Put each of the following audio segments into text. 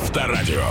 Авторадио.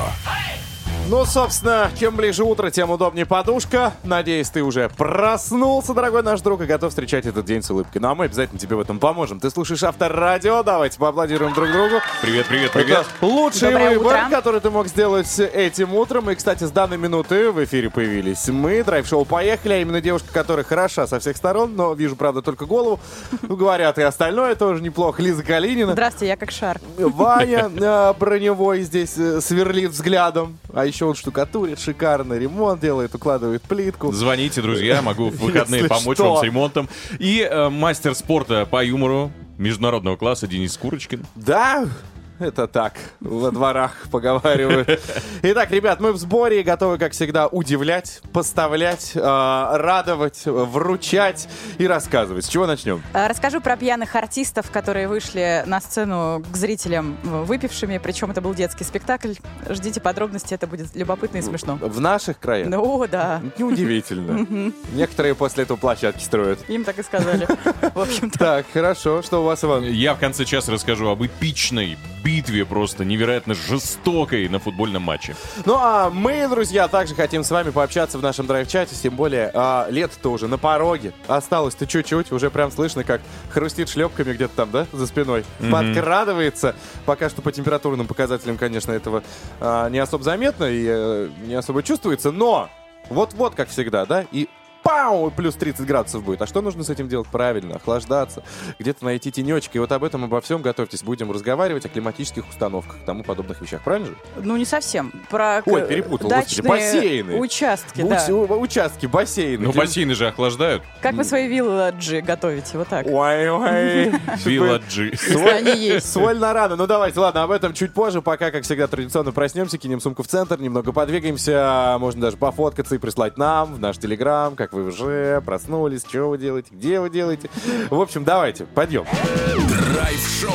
Ну, собственно, чем ближе утро, тем удобнее подушка. Надеюсь, ты уже проснулся, дорогой наш друг, и готов встречать этот день с улыбкой. Ну, а мы обязательно тебе в этом поможем. Ты слушаешь Авторадио, давайте поаплодируем друг другу. Привет, привет, привет. Это лучший Доброе выбор, утро. который ты мог сделать этим утром. И, кстати, с данной минуты в эфире появились мы, драйв-шоу «Поехали», а именно девушка, которая хороша со всех сторон, но вижу, правда, только голову. Ну, говорят, и остальное тоже неплохо. Лиза Калинина. Здравствуйте, я как шар. Ваня Броневой здесь сверлит взглядом. А еще он штукатурит, шикарно ремонт делает, укладывает плитку. Звоните, друзья, могу в выходные Если помочь что. вам с ремонтом. И мастер спорта по юмору международного класса Денис Курочкин. Да, это так, во дворах поговаривают. Итак, ребят, мы в сборе и готовы, как всегда, удивлять, поставлять, радовать, вручать и рассказывать. С чего начнем? Расскажу про пьяных артистов, которые вышли на сцену к зрителям выпившими, причем это был детский спектакль. Ждите подробности, это будет любопытно и смешно. В наших краях? Ну, да. Неудивительно. Некоторые после этого площадки строят. Им так и сказали. В общем-то. Так, хорошо. Что у вас, Иван? Я в конце часа расскажу об эпичной битве, просто невероятно жестокой на футбольном матче. Ну, а мы, друзья, также хотим с вами пообщаться в нашем драйв-чате, тем более лето-то уже на пороге. Осталось-то чуть-чуть, уже прям слышно, как хрустит шлепками где-то там, да, за спиной. Подкрадывается. Пока что по температурным показателям, конечно, этого не особо заметно и не особо чувствуется, но вот-вот, как всегда, да, и пау, плюс 30 градусов будет. А что нужно с этим делать правильно? Охлаждаться, где-то найти тенечек. И вот об этом, обо всем готовьтесь. Будем разговаривать о климатических установках и тому подобных вещах. Правильно же? Ну, не совсем. Про Ой, перепутал, господи, дачные бассейны. участки, да. Участки, бассейны. Ну, бассейны же охлаждают. Как вы свои вилладжи готовите? Вот так. Ой-ой. Вилладжи. Если они есть. Свольно рано. Ну, давайте, ладно, об этом чуть позже. Пока, как всегда, традиционно проснемся, кинем сумку в центр, немного подвигаемся. Можно даже пофоткаться и прислать нам в наш телеграм, как вы уже проснулись, что вы делаете, где вы делаете. В общем, давайте, подъем. Драйв-шоу.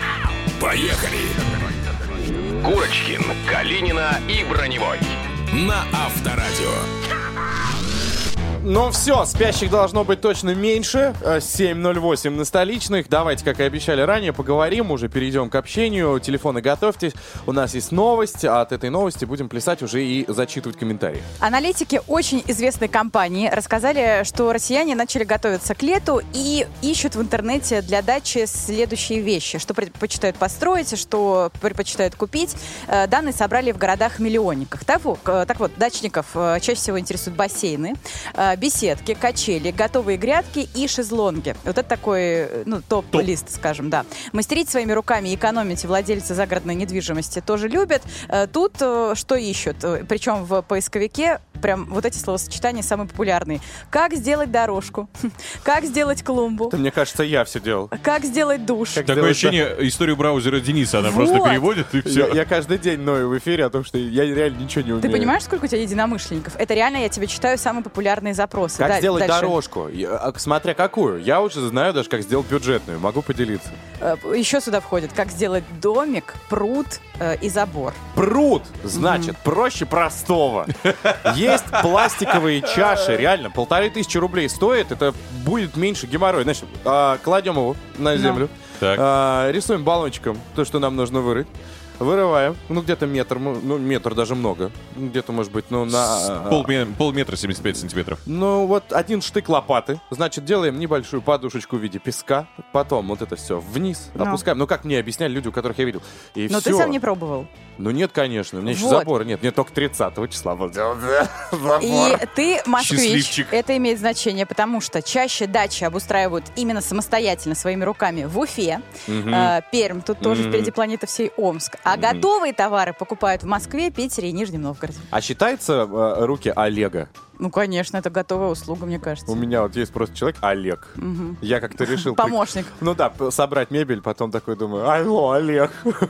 Поехали. Курочкин, Калинина и Броневой. На Авторадио. Ну все, спящих должно быть точно меньше. 7:08 на столичных. Давайте, как и обещали ранее, поговорим. Уже перейдем к общению. Телефоны готовьтесь. У нас есть новость. А от этой новости будем плясать уже и зачитывать комментарии. Аналитики очень известной компании рассказали, что россияне начали готовиться к лету и ищут в интернете для дачи следующие вещи. Что предпочитают построить, что предпочитают купить. Данные собрали в городах-миллионниках. Так вот, дачников чаще всего интересуют бассейны, беседки, качели, готовые грядки и шезлонги. Вот это такой, топ-лист, скажем, да. Мастерить своими руками и экономить владельцы загородной недвижимости тоже любят. Тут что ищут? Причем в поисковике прям вот эти словосочетания самые популярные. Как сделать дорожку? Как сделать клумбу? Это, мне кажется, я все делал. Как сделать душ? Такое ощущение, историю браузера Дениса она просто Вот. переводит, и все. Я каждый день ною в эфире о том, что я реально ничего не умею. Ты понимаешь, сколько у тебя единомышленников? Это реально, я тебе читаю самые популярные запросы. Как сделать дальше. дорожку? Смотря какую. Я уже знаю даже, как сделать бюджетную. Могу поделиться. Еще сюда входит, как сделать домик, пруд и забор. Пруд, значит, проще простого. Есть пластиковые чаши, реально, 1500 рублей стоит, это будет меньше геморроя. Значит, кладем его на землю, Так. рисуем баллончиком то, что нам нужно вырыть. Вырываем, где-то метр, метр даже много. Где-то, может быть, на... Полметра 75 сантиметров. Вот один штык лопаты. Значит, делаем небольшую подушечку в виде песка. Потом вот это все вниз опускаем. Как мне объясняли люди, у которых я видел. И Но все. ты сам не пробовал. Нет, конечно. У меня еще Вот. забора нет. Мне только 30 числа был делать забор. И ты москвич. Счастливчик. Это имеет значение, потому что чаще дачи обустраивают именно самостоятельно, своими руками в Уфе. Пермь, тут тоже впереди планеты всей Омск. А готовые товары покупают в Москве, Питере и Нижнем Новгороде. А считается руки Олега? Ну, конечно, это готовая услуга, мне кажется. У меня вот есть просто человек Олег. Я как-то решил... Помощник. Собрать мебель, потом такой думаю, алло, Олег.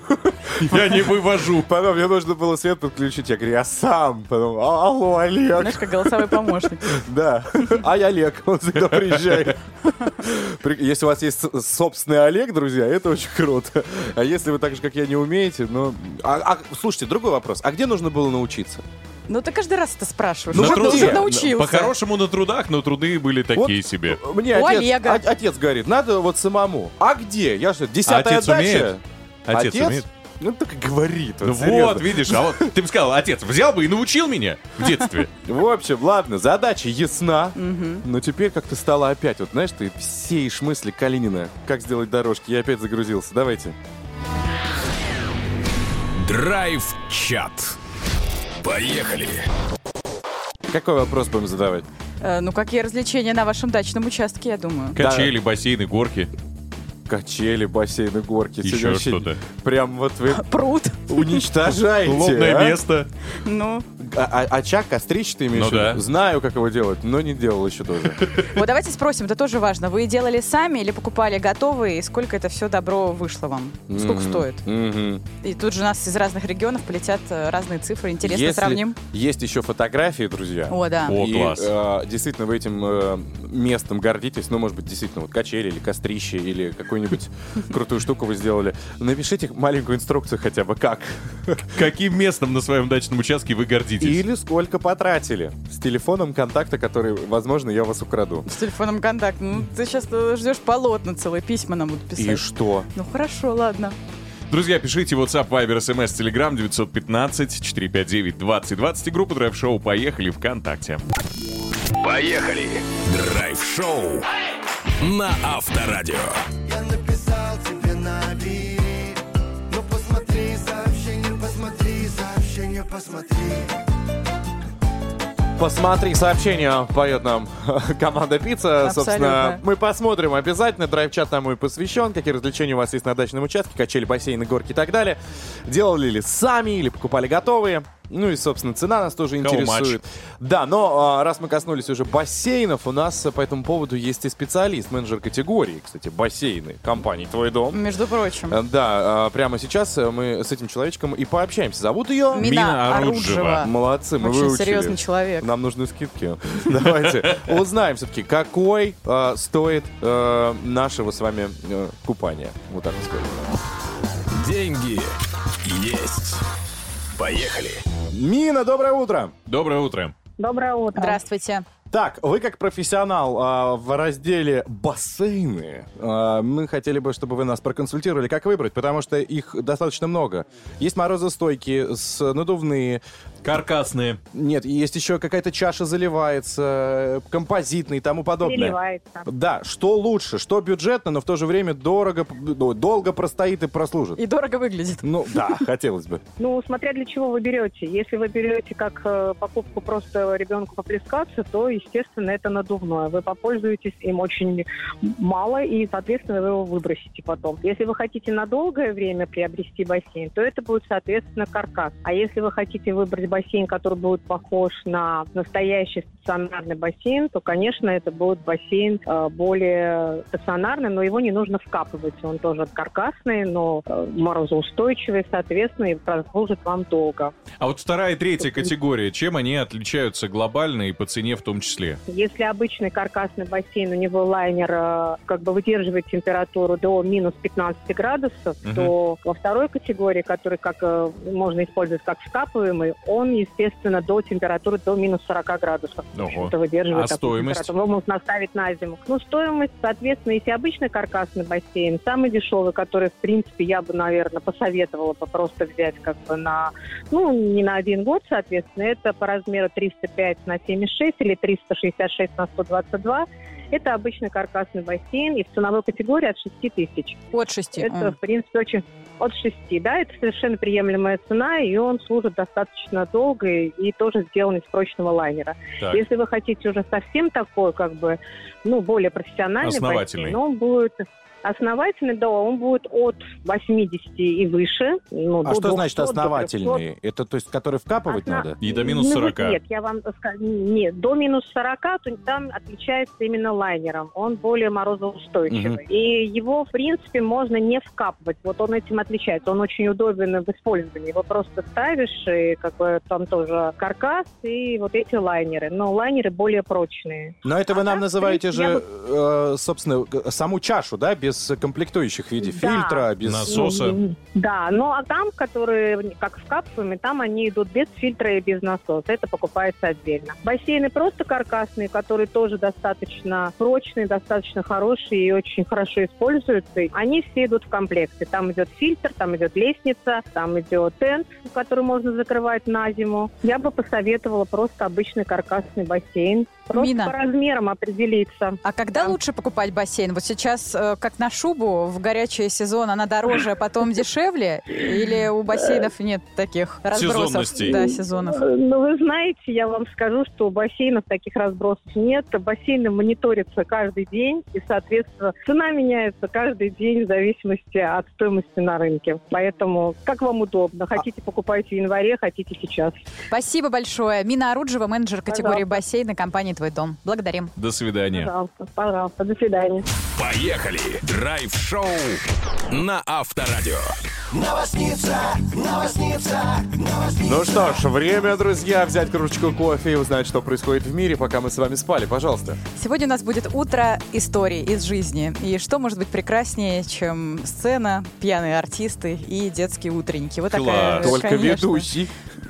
Я не вывожу. Потом мне нужно было свет подключить. Я говорю, я сам. Потом, алло, Олег. Знаешь, как голосовой помощник. Да. А я Олег, он всегда приезжает. Если у вас есть собственный Олег, друзья, это очень круто. А если вы так же, как я, не умеете, слушайте, другой вопрос. А где нужно было научиться? Ну, ты каждый раз это спрашиваешь. Ну, Как вот ты где? уже научился? По-хорошему на трудах, но труды были такие себе. Мне У отец, Олега. отец говорит, надо вот самому. А где? Я что, 10-я Отец дача? умеет? Отец умеет? Ну, только говорит. Ну серьезно. вот, видишь, а вот ты бы сказал, отец, взял бы и научил меня в детстве. В общем, ладно, задача ясна, но теперь как-то стало опять, вот знаешь, ты сеешь мысли Калинина, как сделать дорожки, я опять загрузился, давайте. Драйв-чат. Поехали. Какой вопрос будем задавать? Ну, какие развлечения на вашем дачном участке, я думаю? Качели, бассейны, горки. Качели, бассейны, горки. Еще Сегодня вообще что-то. Прям вот вы Пруд. уничтожаете. Лобное а? место. Ну, Очаг, кострич ты имеешь Ну в виду? да. Знаю, как его делать, но не делал еще тоже. вот давайте спросим, это тоже важно. Вы делали сами или покупали готовые? И сколько это все добро вышло вам? Сколько стоит? Мгм. И тут же нас из разных регионов полетят разные цифры. Интересно, сравним. Есть еще фотографии, друзья. О, да. О, И, класс. Действительно, вы этим местом гордитесь. Ну, может быть, действительно, вот качели или кострище, или какую-нибудь крутую штуку вы сделали. Напишите маленькую инструкцию хотя бы, как. Каким местом на своем дачном участке вы гордитесь? Или сколько потратили. С телефоном контакта, который, возможно, я вас украду. С телефоном контакт. Ну, ты сейчас ждешь полотна целые, письма нам будут писать. И что? Ну, хорошо, ладно. Друзья, пишите WhatsApp, Viber, SMS, Telegram 915-459-2020 и группу Драйв-шоу «Поехали» ВКонтакте. Поехали. Драйв-шоу на Авторадио. Я написал тебе набери, ну посмотри сообщение, посмотри. Посмотри сообщение, поет нам команда «Пицца». Абсолютно. Собственно, мы посмотрим обязательно. Драйв-чат нам и посвящен. Какие развлечения у вас есть на дачном участке, качели, бассейны, горки и так далее. Делали ли сами или покупали готовые? Ну и, собственно, цена нас тоже интересует. Да, но раз мы коснулись уже бассейнов, у нас по этому поводу есть и специалист, менеджер категории, кстати, бассейны компании «Твой дом». Между прочим. Да, прямо сейчас мы с этим человечком и пообщаемся. Зовут ее... Мина Оруджева. Оруджева. Молодцы, мы Очень выучили. серьезный человек. Нам нужны скидки. Давайте узнаем все-таки, какой стоит нашего с вами купания. Вот так вот скажем. Деньги есть. Поехали. Мина, доброе утро. Доброе утро. Доброе утро. Здравствуйте. Так, вы как профессионал в разделе бассейны, мы хотели бы, чтобы вы нас проконсультировали, как выбрать, потому что их достаточно много. Есть морозостойкие, надувные. Каркасные. Нет, есть еще какая-то чаша заливается, композитный и тому подобное. Переливается. Да, что лучше, что бюджетно, но в то же время долго простоит и прослужит. И дорого выглядит. Ну, да, хотелось бы. Ну, смотря для чего вы берете. Если вы берете как покупку просто ребенку поплескаться, то, естественно, это надувное. Вы попользуетесь им очень мало, и, соответственно, вы его выбросите потом. Если вы хотите на долгое время приобрести бассейн, то это будет, соответственно, каркас. А если вы хотите выбрать бассейн, который будет похож на настоящий стационарный бассейн, то, конечно, это будет бассейн более стационарный, но его не нужно вкапывать. Он тоже каркасный, но морозоустойчивый, соответственно, и прослужит вам долго. А вот вторая и третья категория, чем они отличаются глобально и по цене в том числе? Если обычный каркасный бассейн, у него лайнер как бы выдерживает температуру до минус 15 градусов, то во второй категории, который можно использовать как вкапываемый, он, естественно, до температуры до минус 40 градусов. Ого. Это выдерживает А такую стоимость? температуру. Его можно оставить на зиму. Ну, стоимость, соответственно, если обычный каркасный бассейн, самый дешевый, который, в принципе, я бы, наверное, посоветовала бы просто взять как бы не на 1 год, соответственно, это по размеру 305 на 76 или 366 на 122. Это обычный каркасный бассейн, и в ценовой категории от 6 тысяч. От 6. Это, в принципе, очень... От 6, да, это совершенно приемлемая цена, и он служит достаточно долго и тоже сделан из прочного лайнера. Так. Если вы хотите уже совсем такой, более профессиональный Основательный. бассейн, он будет... Основательный, да, он будет от 80 и выше. А что значит основательный? Это, то есть, который вкапывать надо? И до минус 40. Нет, я вам скажу, нет, до минус 40, то там отличается именно лайнером. Он более морозоустойчивый. И его, в принципе, можно не вкапывать. Вот он этим отличается. Он очень удобен в использовании. Его просто ставишь, и там тоже каркас, и вот эти лайнеры. Но лайнеры более прочные. Но это вы нам называете же, собственно, саму чашу, да, без без комплектующих в виде Да. фильтра, без... Насоса. Да, ну а там, которые, как с капсулами, там они идут без фильтра и без насоса. Это покупается отдельно. Бассейны просто каркасные, которые тоже достаточно прочные, достаточно хорошие и очень хорошо используются. Они все идут в комплекте. Там идет фильтр, там идет лестница, там идет тент, который можно закрывать на зиму. Я бы посоветовала просто обычный каркасный бассейн. Просто Мина. по размерам определиться. А когда Да. лучше покупать бассейн? Вот сейчас, как на шубу, в горячий сезон она дороже, а потом дешевле? Или у бассейнов нет таких разбросов? Сезонностей. Да, сезонов. Ну, вы знаете, я вам скажу, что у бассейнов таких разбросов нет. Бассейны мониторятся каждый день, и, соответственно, цена меняется каждый день в зависимости от стоимости на рынке. Поэтому, как вам удобно. Хотите, покупайте в январе, хотите сейчас. Спасибо большое. Мина Оруджева, менеджер категории Пожалуйста. бассейна компании «Твой дом». Благодарим. До свидания. Пожалуйста, пожалуйста. До свидания. Поехали! Драйв-шоу на Авторадио. Ну что ж, время, друзья, взять кружечку кофе и узнать, что происходит в мире, пока мы с вами спали. Пожалуйста. Сегодня у нас будет утро историй из жизни. И что может быть прекраснее, чем сцена, пьяные артисты и детские утренники? Вот такая, Класс. Только конечно. ведущий.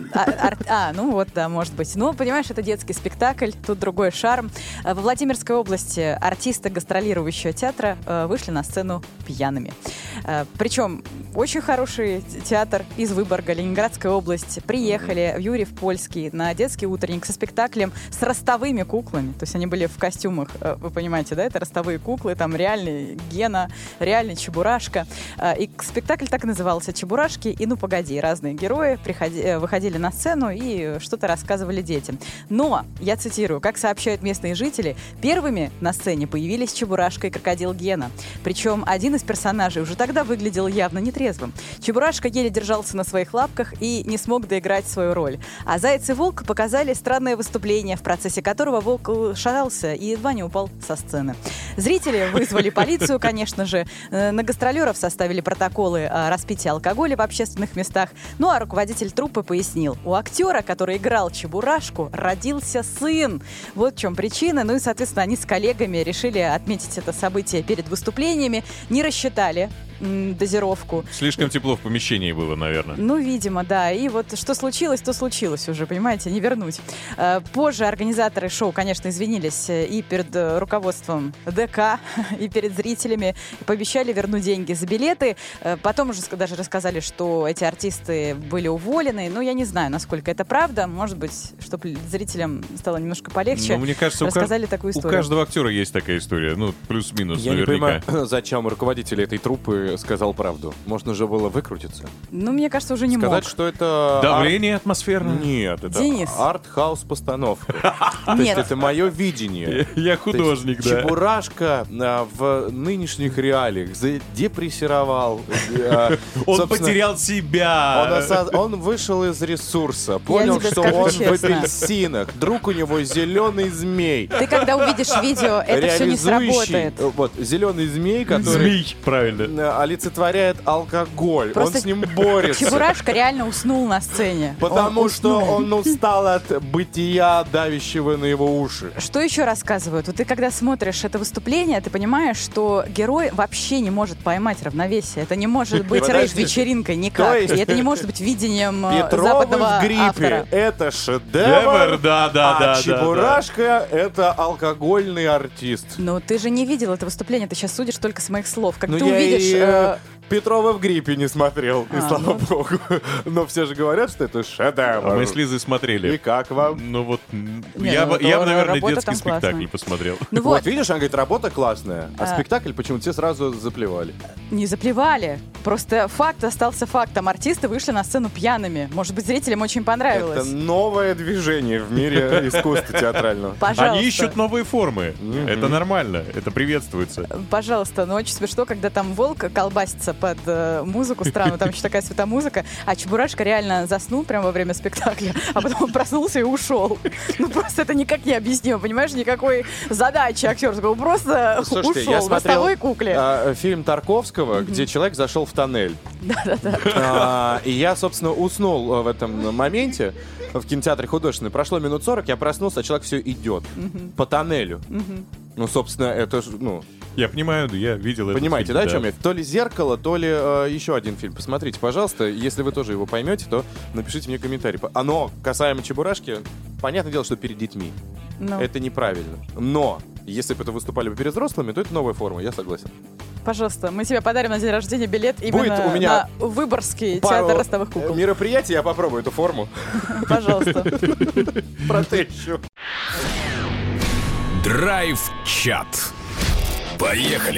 Ну вот, да, может быть. Ну, понимаешь, это детский спектакль, тут другой шарм. Во Владимирской области артисты гастролирующего театра вышли на сцену пьяными. Причем очень хороший театр из Выборга, Ленинградская область. Приехали в Юрьев-Польский на детский утренник со спектаклем с ростовыми куклами. То есть они были в костюмах, вы понимаете, да? Это ростовые куклы, там реальный Гена, реальный Чебурашка. И спектакль так и назывался «Чебурашки» и «Ну, погоди». Разные герои выходили на сцену и что-то рассказывали детям. Но, я цитирую, как сообщают местные жители, первыми на сцене появились Чебурашка и крокодил Гена. Причем один из персонажей уже тогда выглядел явно нетрезвым. Чебурашка еле держался на своих лапках и не смог доиграть свою роль. А Заяц и Волк показали странное выступление, в процессе которого Волк шатался и едва не упал со сцены. Зрители вызвали полицию, конечно же. На гастролеров составили протоколы о распитии алкоголя в общественных местах. Ну а руководитель труппы пояснил, у актера, который играл Чебурашку, родился сын. Вот в чем причина. Ну и, соответственно, они с коллегами решили отметить это событие перед выступлениями. Не рассчитали дозировку. Слишком тепло в помещении было, наверное. Ну, видимо, да. И вот что случилось, то случилось уже, понимаете, не вернуть. Позже организаторы шоу, конечно, извинились и перед руководством ДК, и перед зрителями. Пообещали вернуть деньги за билеты. Потом уже даже рассказали, что эти артисты были уволены. Ну, я не знаю, насколько это правда. Может быть, чтобы зрителям стало немножко полегче. Но мне кажется, рассказали такую у историю. каждого актера есть такая история. Ну, плюс-минус, Я не наверняка. понимаю, зачем руководитель этой труппы сказал правду. Можно же было выкрутиться. Ну, мне кажется, уже не Сказать, мог. что это... Давление атмосферное? Нет, это Денис. арт-хаус-постановка. То есть Нет. это мое видение. Я То есть художник, да. Чебурашка в нынешних реалиях задепрессировал. Он Собственно, потерял себя. Он вышел из ресурса, понял, тебе что скажу он честно. в апельсинах. Друг у него зеленый змей. Ты когда увидишь видео, это все не Реализующий, сработает. вот, зеленый змей, который Змей, правильно. олицетворяет алкоголь. Просто Он с ним борется. Чебурашка реально уснул на сцене. Потому Он что уснул. он устал от бытия, давящего на его уши. Что еще рассказывают? Вот ты когда смотришь это выступление, ты понимаешь, что герой вообще не может поймать равновесие. Это не может быть Подожди. рейв-вечеринкой никак. То есть- И это не может быть видением Петровы западного в гриппе автора. — это шедевр, Девер, да. а Чебурашка — это алкогольный артист. Но ты же не видел это выступление, ты сейчас судишь только с моих слов. Как Ну, ты я увидишь... и, Петрова в гриппе не смотрел, и А, слава ну. богу. Но все же говорят, что это шедевр. А мы с Лизой И смотрели. как вам? Ну вот, Не, я ну, бы, наверное, работа детский там спектакль классная. посмотрел. Ну Вот, вот, видишь, она говорит, работа классная, а спектакль почему-то все сразу заплевали. не заплевали. Просто факт остался фактом. Артисты вышли на сцену пьяными. Может быть, зрителям очень Это понравилось. новое движение в мире искусства театрального. Пожалуйста. Они ищут новые формы. Мгм. Это нормально, это приветствуется. Пожалуйста, но очень смешно, когда там волк колбасится под музыку странную, там еще такая светомузыка, а Чебурашка реально заснул прямо во время спектакля, а потом он проснулся и ушел. Ну просто это никак не объяснимо, понимаешь, никакой задачи актерского, он просто Слушайте, я ушел в смотрел ростовой кукле. фильм Тарковского, где человек зашел в тоннель. И я, собственно, уснул в этом моменте в кинотеатре художественный. Прошло минут 40, я проснулся, а человек все идет по тоннелю. Ну, собственно, это ж, Я понимаю, да, я видел это. Понимаете, да, о чем я? То ли «Зеркало», то ли еще один фильм. Посмотрите, пожалуйста. Если вы тоже его поймете, то напишите мне комментарий. Оно, касаемо Чебурашки, понятное дело, что перед детьми. Ну, Это неправильно. Но если бы это выступали бы перед взрослыми, то это новая форма, я согласен. пожалуйста, мы тебе подарим на день рождения билет Будет именно у меня на Выборгский Пару театр ростовых кукол. мероприятий, я попробую эту форму. Пожалуйста. Протещу. Драйв-чат. Поехали.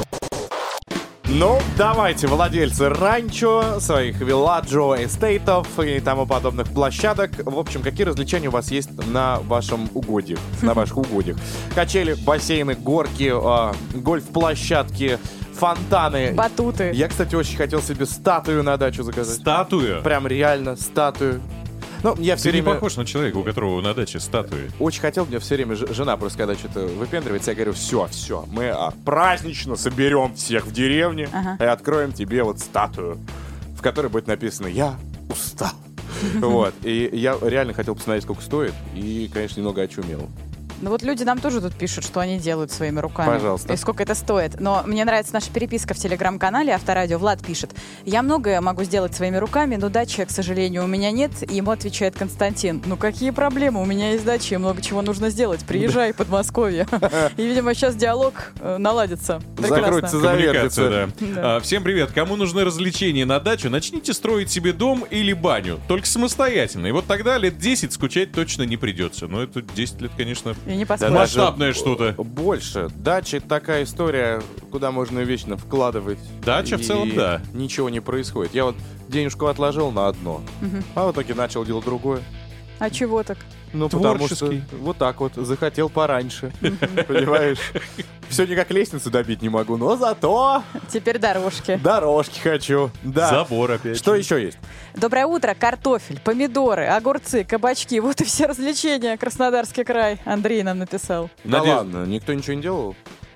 Ну, давайте, владельцы ранчо, своих вилладжо, эстейтов и тому подобных площадок. В общем, какие развлечения у вас есть на вашем угодьях, на ваших угодьях? Качели, бассейны, горки, гольф-площадки, фонтаны. Батуты. Я, кстати, очень хотел себе статую на дачу заказать. Статуя? Прям реально статую. Ну, я все Ты не время... похож на человека, у которого на даче статуи. Очень хотел, мне все время жена просто, когда что-то выпендривается, я говорю, все, мы празднично соберем всех в деревне и откроем тебе вот статую, в которой будет написано «Я устал». Вот. И я реально хотел посмотреть, сколько стоит, и, конечно, немного очумел. Ну вот люди нам тоже тут пишут, что они делают своими руками. Пожалуйста. И сколько это стоит. Но мне нравится наша переписка в телеграм-канале Авторадио. Влад пишет: я многое могу сделать своими руками, но дачи, к сожалению, у меня нет. И ему отвечает Константин: ну какие проблемы? У меня есть дача, и много чего нужно сделать. Приезжай в Подмосковье. И, видимо, сейчас диалог наладится. Закроется, Прекрасно. завертится. Коммуникация, да. Всем привет. Кому нужны развлечения на дачу, начните строить себе дом или баню. Только самостоятельно. И вот тогда лет 10 скучать точно не придется. Но это 10 лет, конечно, И не Да поспоришь. даже масштабное что-то. Больше. Дача — это такая история, куда можно вечно вкладывать. Дача в целом, и да. Ничего не происходит. Я вот денежку отложил на одно, а в итоге начал делать другое. А чего так? Ну, потому что Творческий. вот так вот, захотел пораньше. Понимаешь? Все никак лестницу добить не могу, но зато Теперь дорожки. дорожки хочу. Да. Забор опять. Что еще есть? Доброе утро. Картофель, помидоры, огурцы, кабачки. Вот и все развлечения. Краснодарский край. Андрей нам написал. Да Надежда. ладно, никто ничего не делал?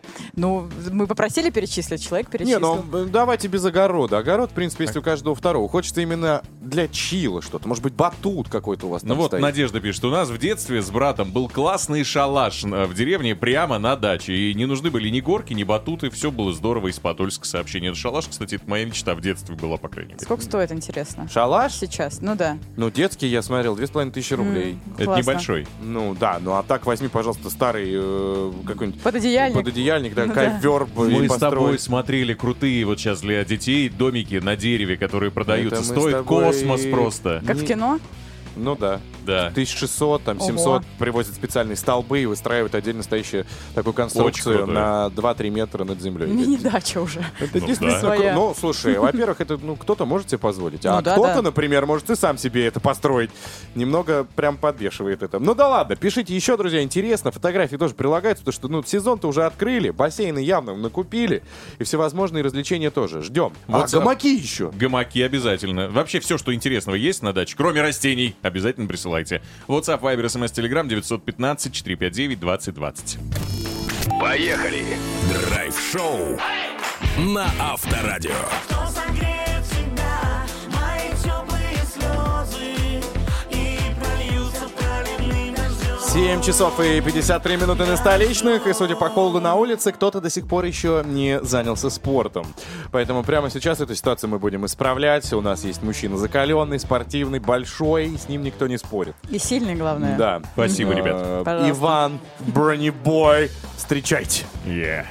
Ну, мы попросили перечислить, человек Не, перечислил. ну давайте без огорода. Огород, в принципе, есть у каждого второго. Хочется именно для чила что-то. Может быть, батут какой-то у вас там Ну вот, стоит. Надежда пишет, у нас в детстве с братом был классный шалаш в деревне прямо на даче. И не нужны были ни горки, ни батуты. Все было здорово из Подольска сообщение. Шалаш, кстати, это моя мечта в детстве была, по крайней мере. Сколько стоит, интересно? Шалаш? Сейчас, ну да. Ну, детский я смотрел, 2500 рублей. Это Классно. небольшой. Ну, да, ну а так возьми, пожалуйста, старый какой-нибудь Пододеяльник. да, Ну ковер Мы и с тобой построить. смотрели крутые вот сейчас для детей домики на дереве, которые продаются. Это мы с Стоит тобой- космос просто. Как в кино? Ну да. Да. 1600, там, Ого. 700 привозят специальные столбы и выстраивают отдельно стоящую такую конструкцию круто. на 2-3 метра над землей. Мини-дача уже. Это Ну действительно да. Своя. Ну, слушай, во-первых, это кто-то может себе позволить, а Ну да, кто-то, да. например, может и сам себе это построить. Немного прям подбешивает это. Ну да ладно, пишите еще, друзья, интересно. Фотографии тоже прилагаются, потому что сезон-то уже открыли, бассейны явно накупили, и всевозможные развлечения тоже. Ждем. Вот А гамаки еще. Гамаки обязательно. Вообще все, что интересного есть на даче, кроме растений, обязательно присылайте. WhatsApp, Viber, SMS, Telegram 915-459-2020. Поехали. Драйв-шоу на Авторадио. 7 часов и 53 минуты на столичных, и, судя по холоду на улице, кто-то до сих пор еще не занялся спортом. Поэтому прямо сейчас эту ситуацию мы будем исправлять. У нас есть мужчина закаленный, спортивный, большой, и с ним никто не спорит. И сильный, главное. Да. Спасибо, ребят. Пожалуйста. Иван, бронебой, встречайте. Yeah.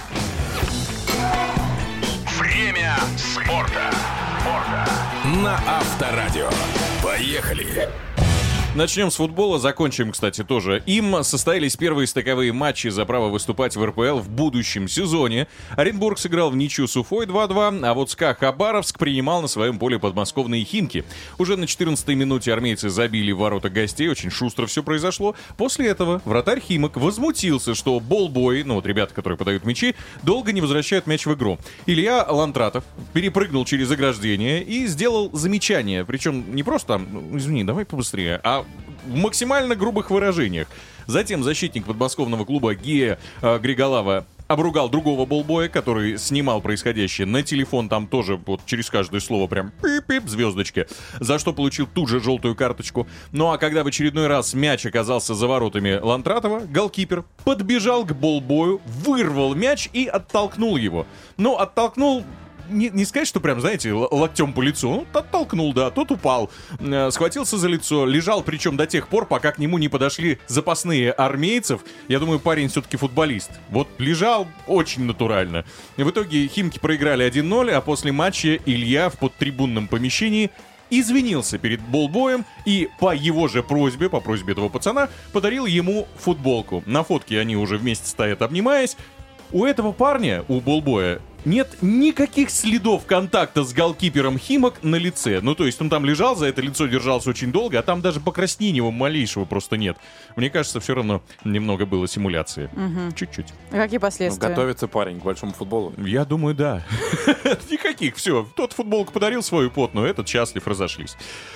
Время спорта. На Авторадио. Поехали. Начнем с футбола, закончим, кстати, тоже им. Состоялись первые стыковые матчи за право выступать в РПЛ в будущем сезоне. Оренбург сыграл в ничью с Уфой 2-2, а вот СКА Хабаровск принимал на своем поле подмосковные Химки. Уже на 14-й минуте армейцы забили в ворота гостей, очень шустро все произошло. После этого вратарь Химок возмутился, что болбой, ну вот ребята, которые подают мячи, долго не возвращают мяч в игру. Илья Лантратов перепрыгнул через ограждение и сделал замечание. Причем не просто там, ну, извини, давай побыстрее, а в максимально грубых выражениях. Затем защитник подмосковного клуба Гея Григолава обругал другого болбоя, который снимал происходящее на телефон, там тоже вот через каждое слово прям пип-пип, звездочки, за что получил тут же желтую карточку. Ну а когда в очередной раз мяч оказался за воротами Лантратова, голкипер подбежал к болбою, вырвал мяч и оттолкнул его. Ну, оттолкнул... Не сказать, что прям, знаете, локтем по лицу. Ну, оттолкнул, да, тот упал, схватился за лицо, лежал, причем до тех пор, пока к нему не подошли запасные армейцев. Я думаю, парень все-таки футболист. Вот лежал очень натурально. В итоге Химки проиграли 1-0, а после матча Илья в подтрибунном помещении извинился перед болбоем и по его же просьбе, по просьбе этого пацана, подарил ему футболку. На фотке они уже вместе стоят, обнимаясь. У этого парня, у болбоя, нет никаких следов контакта с голкипером Химок на лице. Ну, то есть он там лежал, за это лицо держался очень долго, а там даже покраснения его малейшего просто нет. Мне кажется, все равно немного было симуляции. Чуть-чуть. А какие последствия? Готовится парень к большому футболу. Я думаю, да. Никаких, все. Тот футболку подарил свою потную, этот счастлив, разошлись.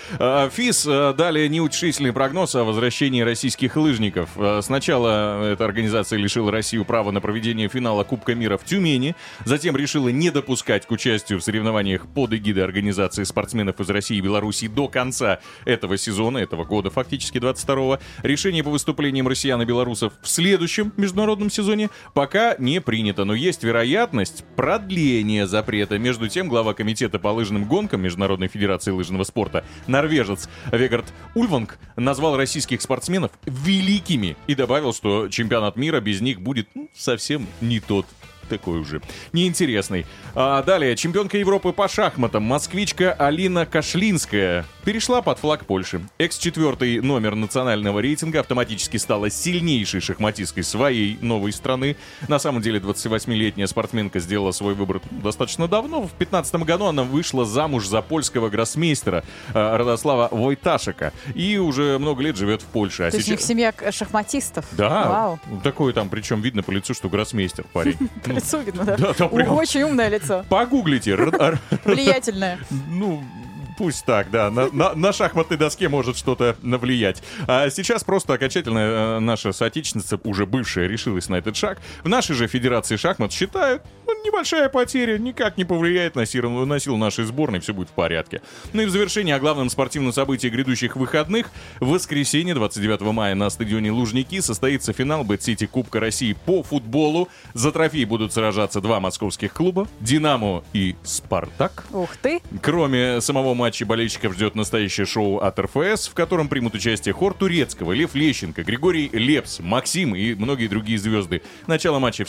ФИС дали неутешительный прогноз о возвращении российских лыжников. Сначала эта организация лишила Россию права на проведение финала Кубка мира в Тюмени, затем решила не допускать к участию в соревнованиях под эгидой организации спортсменов из России и Беларуси до конца этого сезона, этого года, фактически 22-го. Решение по выступлениям россиян и белорусов в следующем международном сезоне пока не принято, но есть вероятность продления запрета. Между тем, глава комитета по лыжным гонкам Международной федерации лыжного спорта, норвежец Вегард Ульванг, назвал российских спортсменов великими и добавил, что чемпионат мира без них будет совсем не тот. Такой уже неинтересный. Далее, чемпионка Европы по шахматам, москвичка Алина Кашлинская перешла под флаг Польши. Экс-4 номер национального рейтинга автоматически стала сильнейшей шахматисткой своей новой страны. На самом деле, 28-летняя спортсменка сделала свой выбор достаточно давно. В 2015 году она вышла замуж за польского гроссмейстера Радослава Войташека и уже много лет живет в Польше. То есть у них семья шахматистов? Да, Вау. такой там, причем видно по лицу, что гроссмейстер парень. Лицо видно, да? Да, прям. Очень умное лицо. Погуглите. Влиятельное. Ну, пусть так, да. На шахматной доске может что-то навлиять. А сейчас просто окончательно наша соотечественница, уже бывшая, решилась на этот шаг. В нашей же Федерации шахмат считают, небольшая потеря никак не повлияет на силу нашей сборной, все будет в порядке. Ну и в завершение о главном спортивном событии грядущих выходных. В воскресенье, 29 мая, на стадионе Лужники состоится финал Бэт-Сити Кубка России по футболу. За трофей будут сражаться два московских клуба — «Динамо» и «Спартак». Ух ты! Кроме самого матча, болельщиков ждет настоящее шоу от РФС, в котором примут участие хор Турецкого, Лев Лещенко, Григорий Лепс, Максим и многие другие звезды. Начало матча в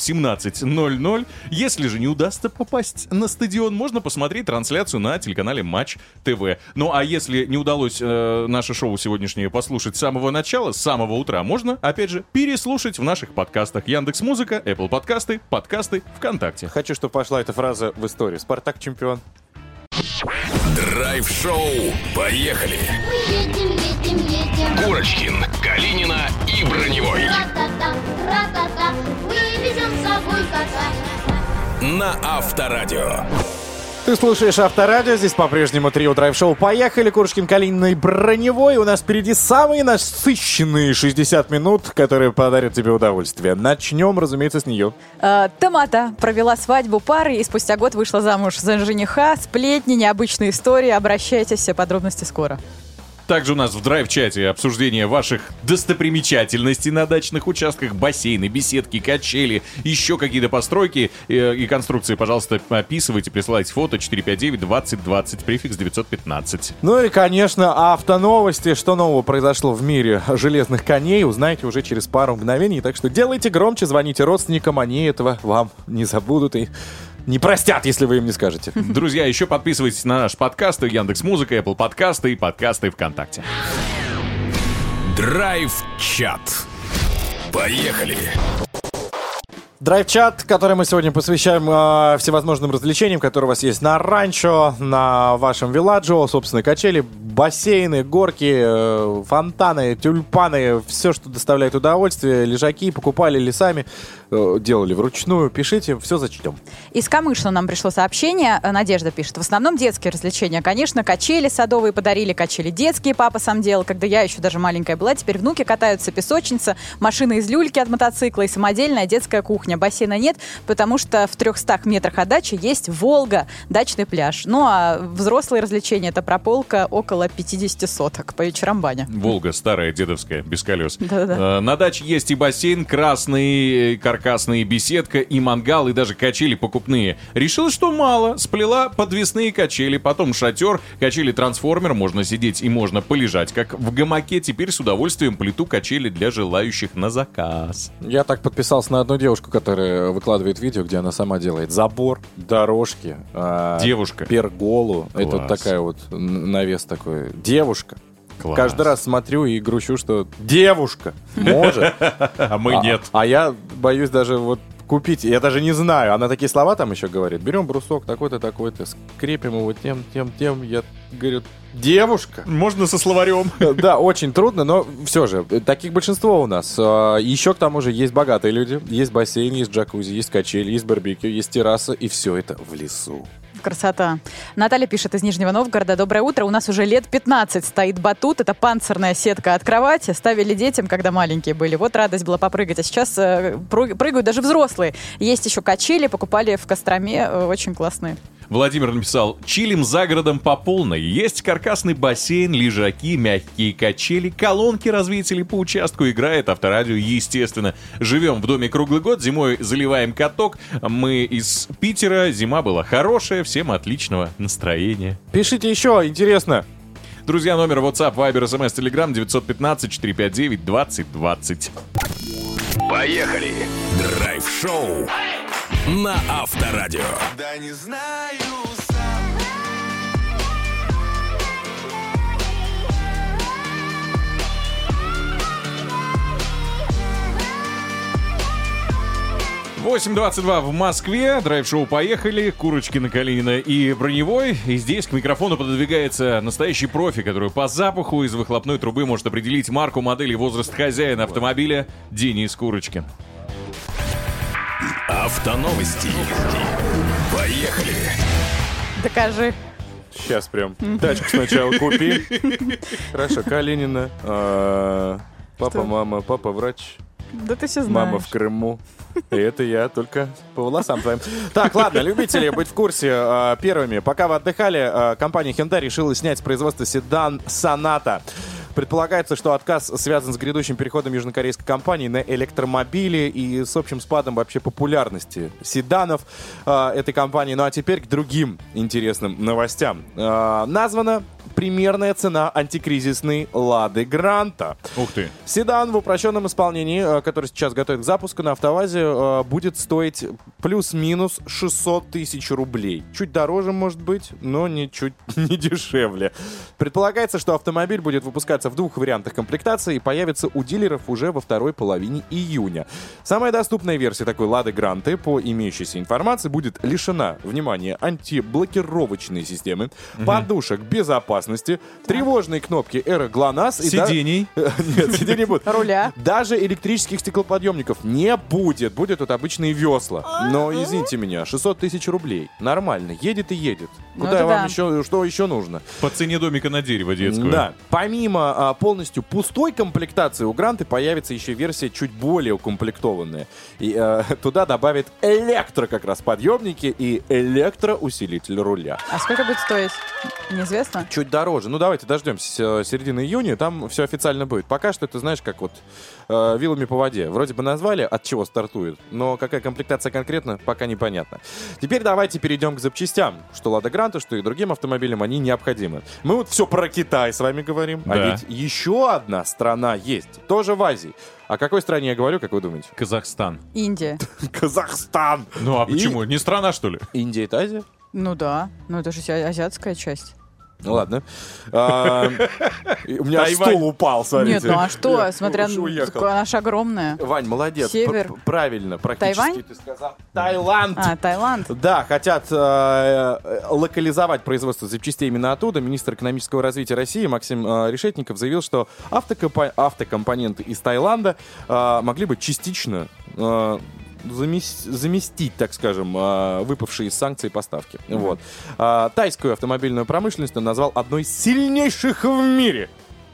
17:00. Если же не удастся попасть на стадион, можно посмотреть трансляцию на телеканале Матч ТВ. Ну а если не удалось наше шоу сегодняшнее послушать с самого начала, с самого утра, можно, опять же, переслушать в наших подкастах. Яндекс.Музыка, Apple подкасты, подкасты ВКонтакте. Хочу, чтобы пошла эта фраза в историю. «Спартак чемпион». Драйв-шоу. Поехали! Мы едем. Курочкин, Калинина и Броневой. Ра-та-та, ра-та-та, вывезем с собой кота. На Авторадио. Ты слушаешь Авторадио, здесь по-прежнему трио драйв-шоу. Поехали, Курочкин, Калинина и Броневой. У нас впереди самые насыщенные 60 минут, которые подарят тебе удовольствие. Начнем, разумеется, с нее. Тамата провела свадьбу пары и спустя год вышла замуж за жениха. Сплетни, необычные истории. Обращайтесь, все подробности скоро. Также у нас в драйв-чате обсуждение ваших достопримечательностей на дачных участках, бассейны, беседки, качели, еще какие-то постройки и конструкции. Пожалуйста, описывайте, присылайте фото 459-2020, префикс 915. Ну и, конечно, автоновости. Что нового произошло в мире железных коней, узнаете уже через пару мгновений. Так что делайте громче, звоните родственникам, они этого вам не забудут и не простят, если вы им не скажете. Друзья, еще подписывайтесь на наш подкасты, Яндекс.Музыка, Apple подкасты и подкасты ВКонтакте. Драйв-чат. Поехали! Драйв-чат, который мы сегодня посвящаем всевозможным развлечениям, которые у вас есть на ранчо, на вашем вилладжо, собственно, качели, бассейны, горки, фонтаны, тюльпаны, все, что доставляет удовольствие, лежаки, покупали ли сами, делали вручную, пишите, все зачтем. Из Камышина нам пришло сообщение, Надежда пишет, в основном детские развлечения, конечно, качели садовые подарили, качели детские, папа сам делал, когда я еще даже маленькая была, теперь внуки катаются, песочница, машина из люльки от мотоцикла и самодельная детская кухня. очень, а бассейна нет, потому что в 300 метрах от дачи есть Волга, дачный пляж. Ну, а взрослые развлечения — это прополка около 50 соток по вечерам баня. Волга старая, дедовская, без колес. Да-да-да. На даче есть и бассейн, красный, каркасный, беседка, и мангал, и даже качели покупные. Решила, что мало. Сплела подвесные качели, потом шатер, качели-трансформер. Можно сидеть и можно полежать, как в гамаке. Теперь с удовольствием плету качели для желающих на заказ. Я так подписался на одну девушку, которая выкладывает видео, где она сама делает забор, дорожки, Девушка. перголу. Класс. Это вот такая вот навес такой. Девушка. Класс. Каждый раз смотрю и грущу, что девушка может, А мы нет. А я боюсь даже вот купить. Я даже не знаю. Она такие слова там еще говорит. Берем брусок такой-то, такой-то, скрепим его тем. Я говорю, девушка. Можно со словарем. Да, очень трудно, но все же, таких большинство у нас. Еще к тому же есть богатые люди, есть бассейн, есть джакузи, есть качели, есть барбекю, есть терраса, и все это в лесу. Красота. Наталья пишет из Нижнего Новгорода. Доброе утро. У нас уже лет 15 стоит батут. Это панцирная сетка от кровати. Ставили детям, когда маленькие были. Вот радость была попрыгать. А сейчас прыгают даже взрослые. Есть еще качели. Покупали в Костроме. Очень классные. Владимир написал: чилим за городом по полной. Есть каркасный бассейн, лежаки, мягкие качели, колонки развесили по участку, играет авторадио, естественно. Живем в доме круглый год, зимой заливаем каток. Мы из Питера, зима была хорошая, всем отличного настроения. Пишите еще, интересно. Друзья, номер WhatsApp, Viber, SMS, Telegram 915-459-2020. Поехали! Драйв-шоу на Авторадио. Да не знаю сам. 8:22 в Москве. Драйв-шоу «Поехали». Курочкина, Калинина и Броневой. И здесь к микрофону пододвигается настоящий профи, который по запаху из выхлопной трубы может определить марку, модель и возраст хозяина автомобиля Денис Курочкин. Автоновости. Поехали! Докажи. Сейчас прям. Тачку сначала купи. Хорошо, Калинина. Папа, мама, папа врач. Да ты все знаешь. Мама в Крыму. И это я только по волосам твоим. Так, ладно, любители быть в курсе первыми. Пока вы отдыхали, компания Hyundai решила снять с производства седан Sonata. Предполагается, что отказ связан с грядущим переходом южнокорейской компании на электромобили и с общим спадом вообще популярности седанов этой компании. Ну а теперь к другим интересным новостям. Названа примерная цена антикризисной Лады Гранта. Ух ты. Седан в упрощенном исполнении, который сейчас готовят к запуску на АвтоВАЗе, будет стоить плюс-минус 600 тысяч рублей. Чуть дороже, может быть, но ничуть не дешевле. Предполагается, что автомобиль будет выпускаться в двух вариантах комплектации и появится у дилеров уже во второй половине июня. Самая доступная версия такой Лады Гранты, по имеющейся информации, будет лишена, внимания, антиблокировочной системы, подушек безопасности, тревожной кнопки Aero GLONASS и Сидений. Нет, сидений будет. Руля. Даже электрических стеклоподъемников не будет. Будет вот обычные весла. Но, извините меня, 600 тысяч рублей. Нормально. Едет и едет. Ну, Куда это вам да. еще, что еще нужно? По цене домика на дерево детского. Да. Помимо полностью пустой комплектации у Гранты появится еще версия чуть более укомплектованная. И туда добавят как раз подъемники и электроусилитель руля. А сколько будет стоить? Неизвестно. Чуть дороже. Ну, давайте дождемся середины июня, там все официально будет. Пока что это, знаешь, как вот вилами по воде. Вроде бы назвали, от чего стартует, но какая комплектация конкретно, пока непонятно. Теперь давайте перейдем к запчастям. Что Лада Гранта, что и другим автомобилям, они необходимы. Мы вот все про Китай с вами говорим, Да. а ведь еще одна страна есть, тоже в Азии. О какой стране я говорю, как вы думаете? Казахстан. Индия. Казахстан! Ну а И- почему? Не страна, что ли? Индия — это Азия? Ну да. Ну это же азиатская часть. Ну ладно. У меня Тайвань. стул упал, смотрите. Нет, ну а что? Я Смотря, уж уехал. она ж огромная. Вань, молодец. Север. Правильно, практически Тайвань? ты сказал. Таиланд. Таиланд. Да, хотят локализовать производство запчастей именно оттуда. Министр экономического развития России Максим Решетников заявил, что автокомпоненты из Таиланда могли бы частично заместить, так скажем, выпавшие из санкций поставки. Вот. Тайскую автомобильную промышленность он назвал одной из сильнейших в мире.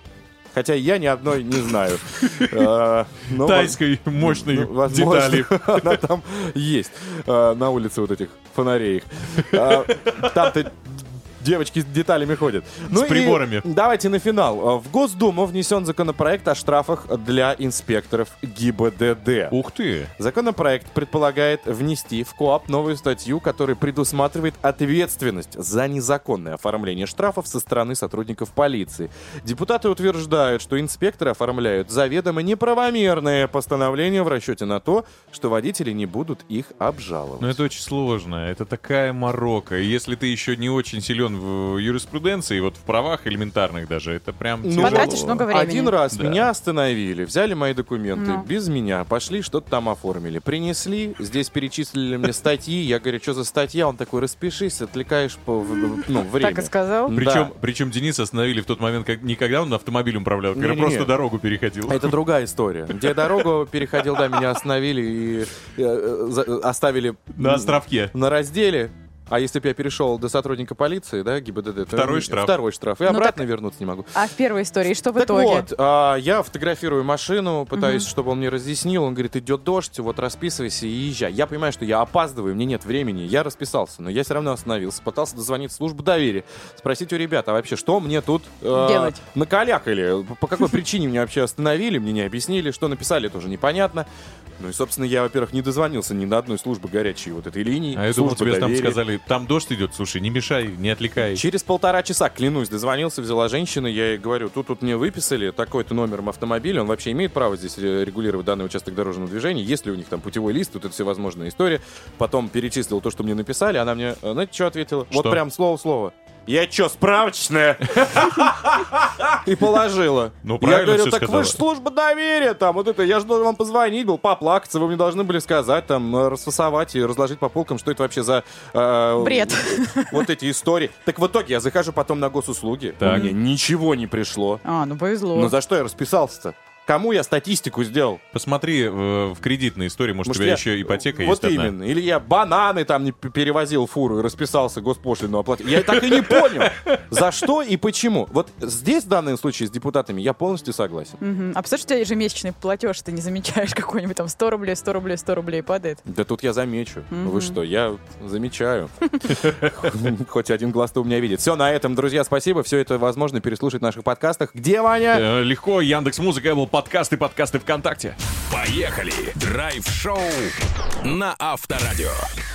Хотя я ни одной не знаю. Но, Тайской мощной возможно, детали. она там есть. На улице вот этих фонарей. Там-то девочки с деталями ходят. С приборами. Давайте на финал. В Госдуму внесен законопроект о штрафах для инспекторов ГИБДД. Ух ты! Законопроект предполагает внести в КоАП новую статью, которая предусматривает ответственность за незаконное оформление штрафов со стороны сотрудников полиции. Депутаты утверждают, что инспекторы оформляют заведомо неправомерное постановление в расчете на то, что водители не будут их обжаловать. Но это очень сложно. Это такая морока. И если ты еще не очень силен в юриспруденции, вот в правах элементарных даже, это прям тяжело. Потратишь много времени. Один раз Да. меня остановили, взяли мои документы, без меня, пошли, что-то там оформили. Принесли, здесь перечислили мне статьи, я говорю, что за статья? Он такой, распишись, отвлекаешь время. Так и сказал. Причем Дениса остановили в тот момент, не когда он автомобилем управлял, когда Не-не-не. просто дорогу переходил. Это другая история. Где дорогу переходил, да, меня остановили и оставили На островке. на разделе. А если бы я перешел до сотрудника полиции, да, ГИБДД, то Второй штраф. Второй штраф. И Ну обратно так- вернуться не могу. А в первой истории что в Так итоге? вот, я фотографирую машину, пытаюсь, чтобы он мне разъяснил. Он говорит, идет дождь, вот расписывайся и езжай. Я понимаю, что я опаздываю, мне нет времени. Я расписался, но я все равно остановился. Пытался дозвониться в службу доверия, спросить у ребят, а вообще, что мне тут Делать? накалякали? По какой причине меня вообще остановили? Мне не объяснили, что написали, тоже непонятно. Ну и, собственно, я, во-первых, не дозвонился ни до одной службы горячей вот этой линии. А я думал, службы тебе там доверия. сказали, там дождь идет, слушай, не мешай, не отвлекай. Через 1,5 часа, клянусь, дозвонился, взяла женщина, я ей говорю, тут мне выписали такой-то номером автомобиля, он вообще имеет право здесь регулировать данный участок дорожного движения, есть ли у них там путевой лист, тут это всевозможная история. Потом перечислил то, что мне написали, она мне, знаете, что ответила? Что? Вот прям слово в слово. Я что, справочная? И положила. Ну, Я правильно говорю, всё так сказала. вы же служба доверия, там, вот это, я же должен вам позвонить был, поплакаться, вы мне должны были сказать, там, расфасовать и разложить по полкам, что это вообще за... Бред. Вот эти истории. Так в итоге я захожу потом на госуслуги, Так. мне ничего не пришло. Ну повезло. Но за что я расписался-то? Кому я статистику сделал? Посмотри в кредитной истории, может, у тебя я- еще ипотека вот есть одна. именно. Или я бананы там не перевозил фуру и расписался, госпошлину оплатил. Я так и не понял, за что и почему. Вот здесь, в данном случае, с депутатами я полностью согласен. Мгм. А представляешь, у тебя ежемесячный платеж, ты не замечаешь какой-нибудь там 100 рублей, 100 рублей, 100 рублей падает. Да тут я замечу. Вы что, я замечаю. Хоть один глаз-то у меня видит. Все, на этом, друзья, спасибо. Все это возможно переслушать в наших подкастах. Где Ваня? Легко, Яндекс.Музыка, Apple подкасты, подкасты ВКонтакте. Поехали! Драйв-шоу на Авторадио.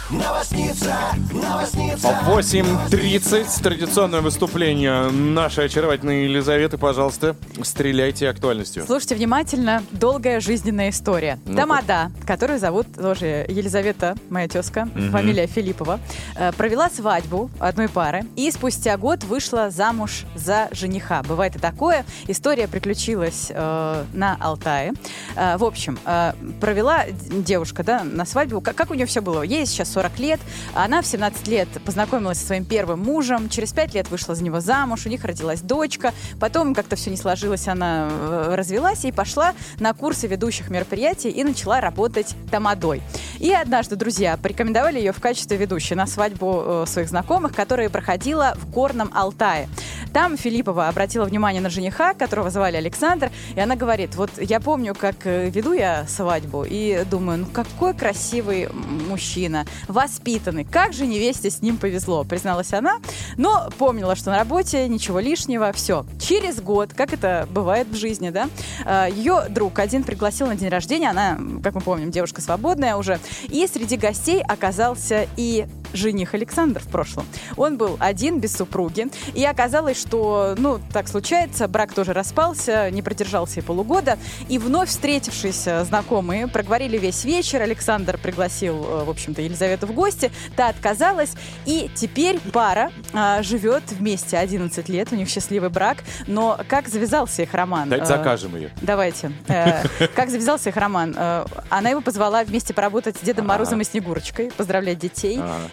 8:30. Традиционное выступление нашей очаровательной Елизаветы. Пожалуйста, стреляйте актуальностью. Слушайте внимательно. Долгая жизненная история. Тамада, которую зовут тоже Елизавета, моя тезка, фамилия Филиппова, провела свадьбу одной пары и спустя год вышла замуж за жениха. Бывает и такое. История приключилась на Алтае. В общем, провела девушка, да, на свадьбу. Как у нее все было? Ей сейчас 40 лет. Она в 17 лет познакомилась со своим первым мужем. Через 5 лет вышла за него замуж. У них родилась дочка. Потом как-то все не сложилось. Она развелась и пошла на курсы ведущих мероприятий и начала работать тамадой. И однажды друзья порекомендовали ее в качестве ведущей на свадьбу своих знакомых, которая проходила в Горном Алтае. Там Филиппова обратила внимание на жениха, которого звали Александр, и она говорит, вот я помню, как веду я свадьбу, и думаю, ну какой красивый мужчина, воспитанный, как же невесте с ним повезло, призналась она, но помнила, что на работе ничего лишнего, все. Через год, как это бывает в жизни, да, ее друг один пригласил на день рождения, она, как мы помним, девушка свободная уже, и среди гостей оказался и жених Александр в прошлом. Он был один, без супруги, и оказалось, что, ну, так случается, брак тоже распался, не продержался и полугода, и вновь встретившиеся знакомые проговорили весь вечер, Александр пригласил, в общем-то, Елизавету в гости, та отказалась, и теперь пара живет вместе 11 лет, у них счастливый брак, но как завязался их роман? Давайте закажем ее. Давайте. Как завязался их роман? Она его позвала вместе поработать с Дедом Морозом и Снегурочкой, поздравлять детей. И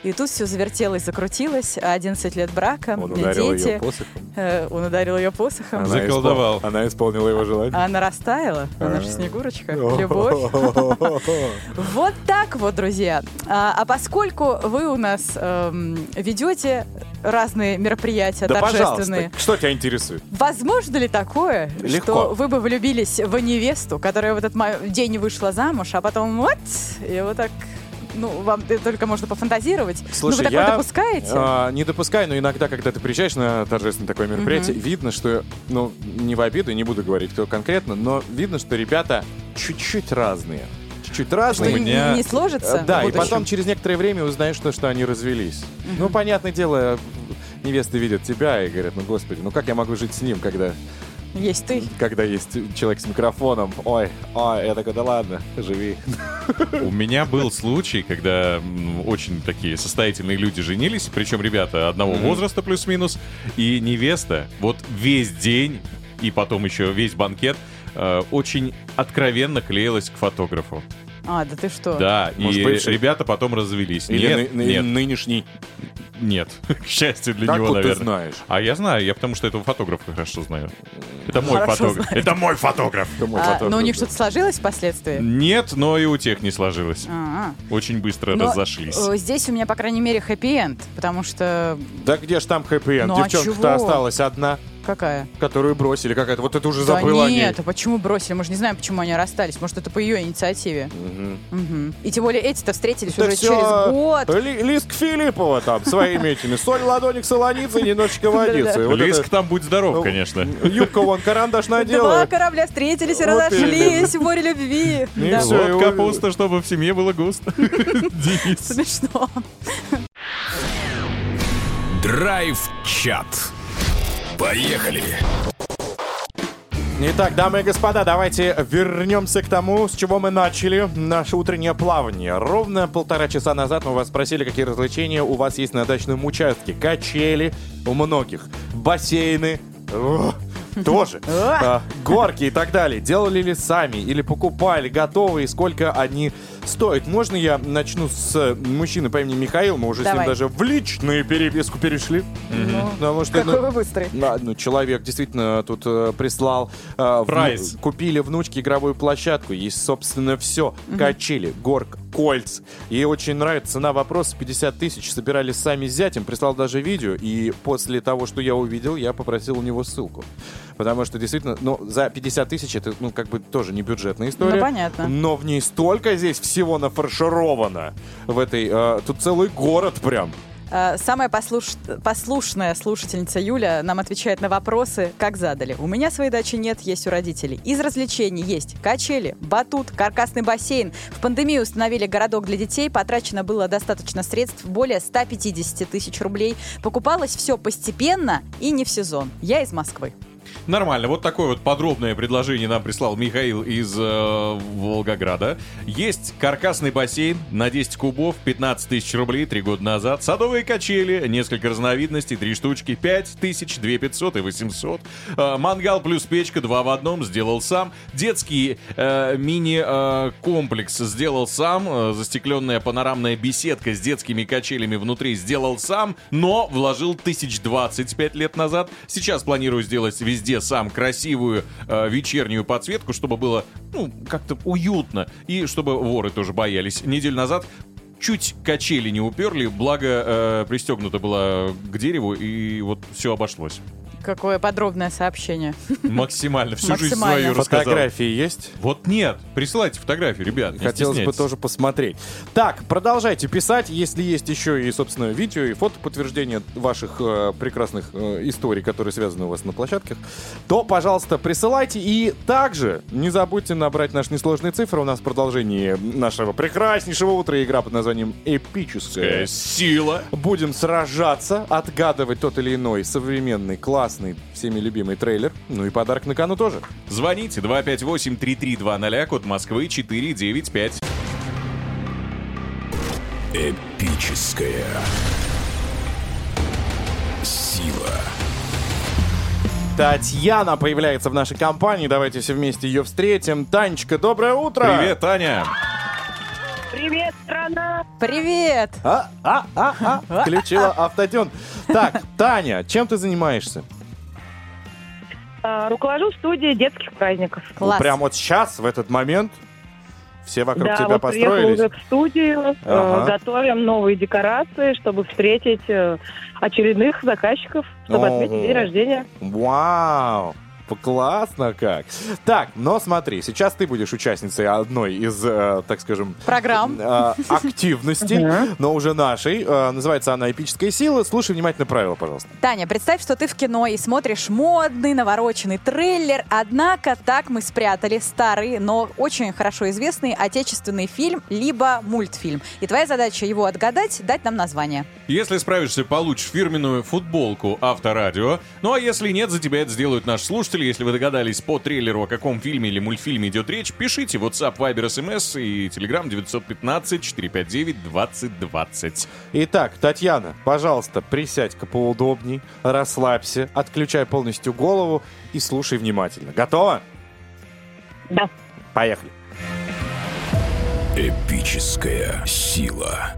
И тут все завертелось, закрутилось. 11 лет брака, Он ударил дети. ее посохом. Он ударил ее посохом. Заколдовал. Она исполнила его желание. Она растаяла. Она же Снегурочка. Любовь. Вот так вот, друзья. А поскольку вы у нас ведете разные мероприятия Да, торжественные, пожалуйста, что тебя интересует? возможно ли такое, Легко. что вы бы влюбились в невесту, которая в этот день вышла замуж, а потом вот, и вот так... Ну, вам только можно пофантазировать. Слушай, ну, вы такое я допускаете? Не допускаю, но иногда, когда ты приезжаешь на торжественное такое мероприятие, видно, что, ну, не в обиду, не буду говорить, кто конкретно, но видно, что ребята чуть-чуть разные. Чуть-чуть Что разные. меня- не сложится? Да, в и будущем? потом через некоторое время узнаешь, что они развелись. Ну, понятное дело, невесты видят тебя и говорят, ну, господи, ну как я могу жить с ним, когда Есть ты. есть человек с микрофоном? Ой, я такой, да ладно, живи. У меня был случай, когда очень такие состоятельные люди женились, причем ребята одного возраста плюс-минус, и невеста вот весь день и потом еще весь банкет очень откровенно клеилась к фотографу. А, да ты что? Да, Может, и бывший? ребята потом развелись. Или Нет, нынешний. нет. К счастью для Как него, вот ты наверное. знаешь? А я знаю, я потому что этого фотографа хорошо знаю. Это мой Хорошо фотограф. знаешь. Это мой фотограф. Но у них что-то сложилось впоследствии? Нет, но и у тех не сложилось. А-а. Очень быстро Но, разошлись. Здесь у меня, по крайней мере, хэппи-энд, потому что... Да где ж там хэппи-энд? Ну, а Девчонка-то чего? осталась одна, Которая? которую бросили какая-то. Вот это уже Да забыла о ней. нет, а почему бросили? Мы же не знаем, почему они расстались. Может, это по ее инициативе. Мгм. И тем более эти-то встретились Это уже всё через год. Лиск Филиппова там своими этими. Соль, ладоник, солоница, немножечко водицы. Вот Лиск это- там будь здоров, конечно. Юбка вон карандаш Два надела. корабля встретились и Вот разошлись в море любви. И Да. всё. Вот капуста, чтобы в семье было густо. Денис. Смешно. Драйв-чат. Поехали. Итак, дамы и господа, давайте вернемся к тому, с чего мы начали наше утреннее плавание. Ровно 1,5 часа назад мы вас спросили, какие развлечения у вас есть на дачном участке. Качели у многих, бассейны, тоже, горки и так далее. Делали ли сами или покупали, готовы, и сколько они стоят. Можно я начну с мужчины по имени Михаил? Мы уже с Давай. ним даже в личную переписку перешли. Ну, Потому что, какой вы быстрый. человек действительно тут прислал. Прайс. Купили внучке игровую площадку. Есть, собственно, все. Качели, горка, кольца. Ей очень нравится. Цена вопроса 50 тысяч. Собирались сами с зятем. Прислал даже видео. И после того, что я увидел, я попросил у него ссылку. Потому что действительно, за 50 тысяч это, как бы тоже не бюджетная история. Ну, понятно. Но в ней столько здесь всего нафаршировано. В этой... тут целый город прям. Самая послушная слушательница Юля нам отвечает на вопросы, как задали. У меня своей дачи нет, есть у родителей. Из развлечений есть качели, батут, каркасный бассейн. В пандемию установили городок для детей. Потрачено было достаточно средств, более 150 тысяч рублей. Покупалось все постепенно и не в сезон. Я из Москвы. Нормально, вот такое вот подробное предложение нам прислал Михаил из Волгограда. Есть каркасный бассейн на 10 кубов, 15 тысяч рублей 3 года назад. Садовые качели, несколько разновидностей, 3 штучки, 5 тысяч, 2 500 и 800. Мангал плюс печка 2 в одном, сделал сам. Детский мини-комплекс сделал сам. Застекленная панорамная беседка с детскими качелями внутри сделал сам, но вложил 1025 лет назад. Сейчас планирую сделать везде сам красивую вечернюю подсветку, чтобы было, как-то уютно. И чтобы воры тоже боялись. Неделю назад чуть качели не уперли, благо пристегнута была к дереву, и вот все обошлось. Какое подробное сообщение. Максимально, всю жизнь Максимально. свою рассказал. Фотографии есть? Вот нет, присылайте фотографию, ребят, не Хотелось бы стесняйтесь. тоже посмотреть. Так, продолжайте писать, если есть еще и, собственно, видео и фото подтверждения ваших прекрасных историй, которые связаны у вас на площадках, то, пожалуйста, присылайте. И также не забудьте набрать наши несложные цифры. У нас в продолжении нашего прекраснейшего утра игра под названием «Эпическая Сила. Будем сражаться, отгадывать тот или иной современный, классный, всеми любимый трейлер. Ну и подарок на кону тоже. Звоните 258-3320, код Москвы 495. Эпическая сила. Татьяна появляется в нашей компании. Давайте все вместе ее встретим. Танечка, доброе утро! Привет, Таня. Привет, страна! Привет! Включила автотюн. Так, Таня, чем ты занимаешься? Руковожу студией детских праздников. Класс. Прямо вот сейчас, в этот момент, все вокруг Да, тебя вот приехала построились? уже в студию, Ага. готовим новые декорации, чтобы встретить очередных заказчиков, чтобы отметить день рождения. Вау! Классно как. Так, но смотри, сейчас ты будешь участницей одной из, так скажем, Программ. активностей, но уже нашей. Называется она «Эпическая сила». Слушай внимательно правила, пожалуйста. Таня, представь, что ты в кино и смотришь модный, навороченный трейлер, однако так мы спрятали старый, но очень хорошо известный отечественный фильм, либо мультфильм. И твоя задача его отгадать, дать нам название. Если справишься, получишь фирменную футболку Авторадио. Ну а если нет, за тебя это сделают наши слушатели. Если вы догадались по трейлеру, о каком фильме или мультфильме идет речь, пишите WhatsApp, Viber, SMS и Telegram 915-459-2020. Итак, Татьяна, пожалуйста, присядь-ка поудобней, расслабься, отключай полностью голову и слушай внимательно. Готова? Да. Поехали. Эпическая сила.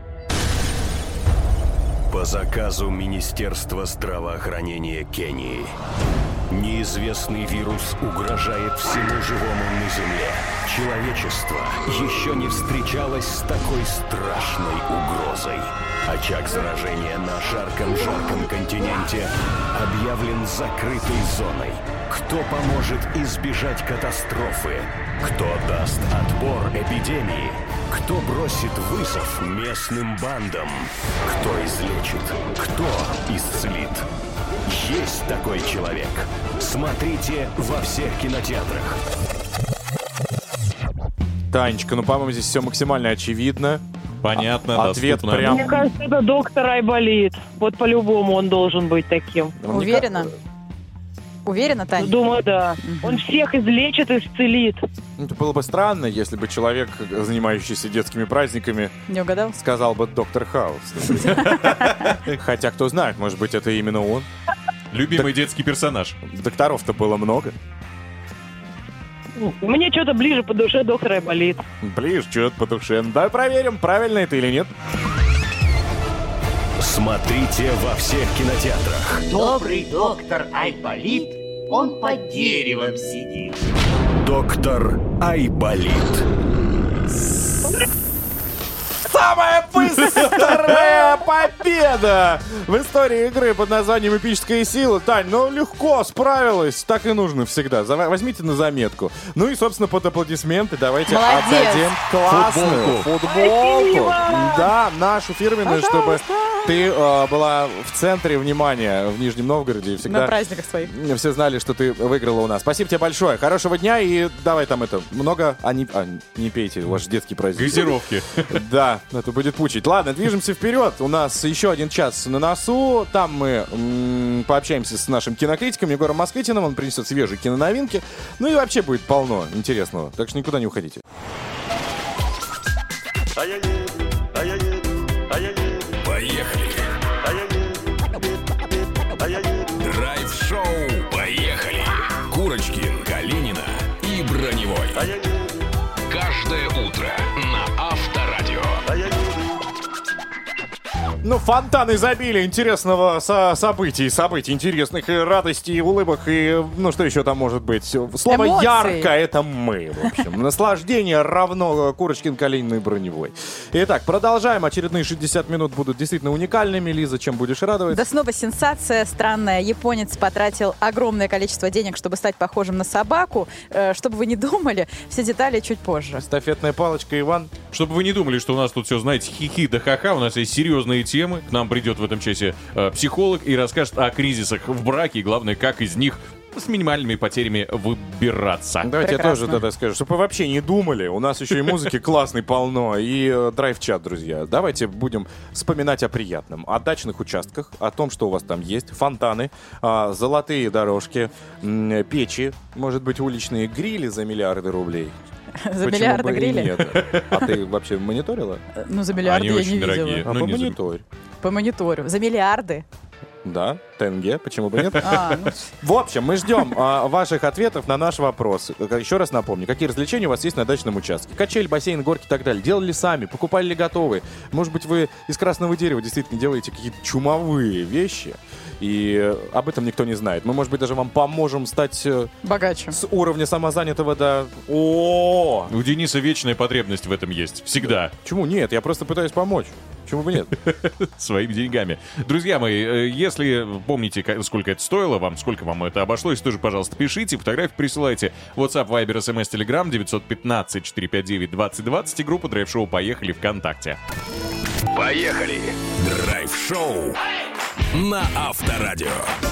По заказу Министерства здравоохранения Кении неизвестный вирус угрожает всему живому на Земле. Человечество еще не встречалось с такой страшной угрозой. Очаг заражения на жарком-жарком континенте объявлен закрытой зоной. Кто поможет избежать катастрофы? Кто даст отпор эпидемии? Кто бросит вызов местным бандам? Кто излечит? Кто исцелит? Есть такой человек. Смотрите во всех кинотеатрах. Танечка, ну, по-моему, здесь все максимально очевидно. Понятно, Ответ доступно. прям... Мне кажется, это доктор Айболит. Вот по-любому он должен быть таким. Уверена? Уверена, Таня? Думаю, да. Он всех излечит и исцелит. Это было бы странно, если бы человек, занимающийся детскими праздниками, Не угадал? сказал бы «Доктор Хаус». Хотя, кто знает, может быть, это именно он. Любимый детский персонаж. Докторов-то было много. Мне что-то ближе по душе доктор Айболит. Ближе, что-то по душе. Давай проверим, правильно это или нет. Смотрите во всех кинотеатрах. Добрый доктор Айболит, он под деревом сидит. Доктор Айболит. Самая быстрая победа в истории игры под названием «Эпическая сила». Тань, ну легко справилась. Так и нужно всегда. Возьмите на заметку. Ну и, собственно, под аплодисменты давайте Молодец. отдадим классную футболку. Да, нашу фирменную, чтобы ты была в центре внимания в Нижнем Новгороде. И На всегда праздниках своих. все знали, что ты выиграла у нас. Спасибо тебе большое. Хорошего дня и давай там это много... не пейте, ваш детский праздник. Газировки. Да, это будет пучить. Ладно, движемся вперед. У нас еще 1 час на носу. Там мы пообщаемся с нашим кинокритиком Егором Москвитиным. Он принесет свежие киноновинки. Ну и вообще будет полно интересного. Так что никуда не уходите. Поехали. Драйв-шоу. Поехали. Курочкин, Калинина и Броневой. Каждое утро на Авторадио. Ну, фонтан изобилия интересного событий, интересных и радостей, и улыбок, и, ну, что еще там может быть? Слово Эмоций. «ярко» — это мы, в общем. Наслаждение равно Курочкин, Калинин и Броневой. Итак, продолжаем. Очередные 60 минут будут действительно уникальными. Лиза, чем будешь радовать? Да снова сенсация странная. Японец потратил огромное количество денег, чтобы стать похожим на собаку. Чтобы вы не думали, все детали чуть позже. Эстафетная палочка, Иван. Чтобы вы не думали, что у нас тут все, знаете, хихи да ха-ха, у нас есть серьезные темы. К нам придет в этом часе психолог и расскажет о кризисах в браке и, главное, как из них с минимальными потерями выбираться. Давайте Прекрасно. я тоже тогда скажу, чтобы вы вообще не думали. У нас еще и музыки классной полно, и драйв-чат, друзья. Давайте будем вспоминать о приятном, о дачных участках, о том, что у вас там есть. Фонтаны, золотые дорожки, печи, может быть, уличные грили за миллиарды рублей. За Почему миллиарды бы и грили? нет? А ты вообще мониторила? Ну, за миллиарды Они я очень не дорогие. видела. А Ну, не за- помониторь. По мониторю. За миллиарды. Да, тенге, почему бы нет? В общем, мы ждем ваших ответов на наш вопрос. Еще раз напомню, какие развлечения у вас есть на дачном участке? Качели, бассейн, горки и так далее. Делали ли сами? Покупали ли готовые? Может быть, вы из красного дерева действительно делаете какие-то чумовые вещи? И об этом никто не знает. Мы, может быть, даже вам поможем стать богаче. С уровня самозанятого до... О! У Дениса вечная потребность в этом есть. Всегда. Почему нет? Я просто пытаюсь помочь. Почему бы нет? Своими деньгами. Друзья мои, если помните, сколько это стоило вам, сколько вам это обошлось, тоже, пожалуйста, пишите, фотографии присылайте. WhatsApp, Viber, SMS, Telegram 915-459-2020 и группа Драйв Шоу «Поехали» ВКонтакте. Поехали! Драйв-шоу на Авторадио.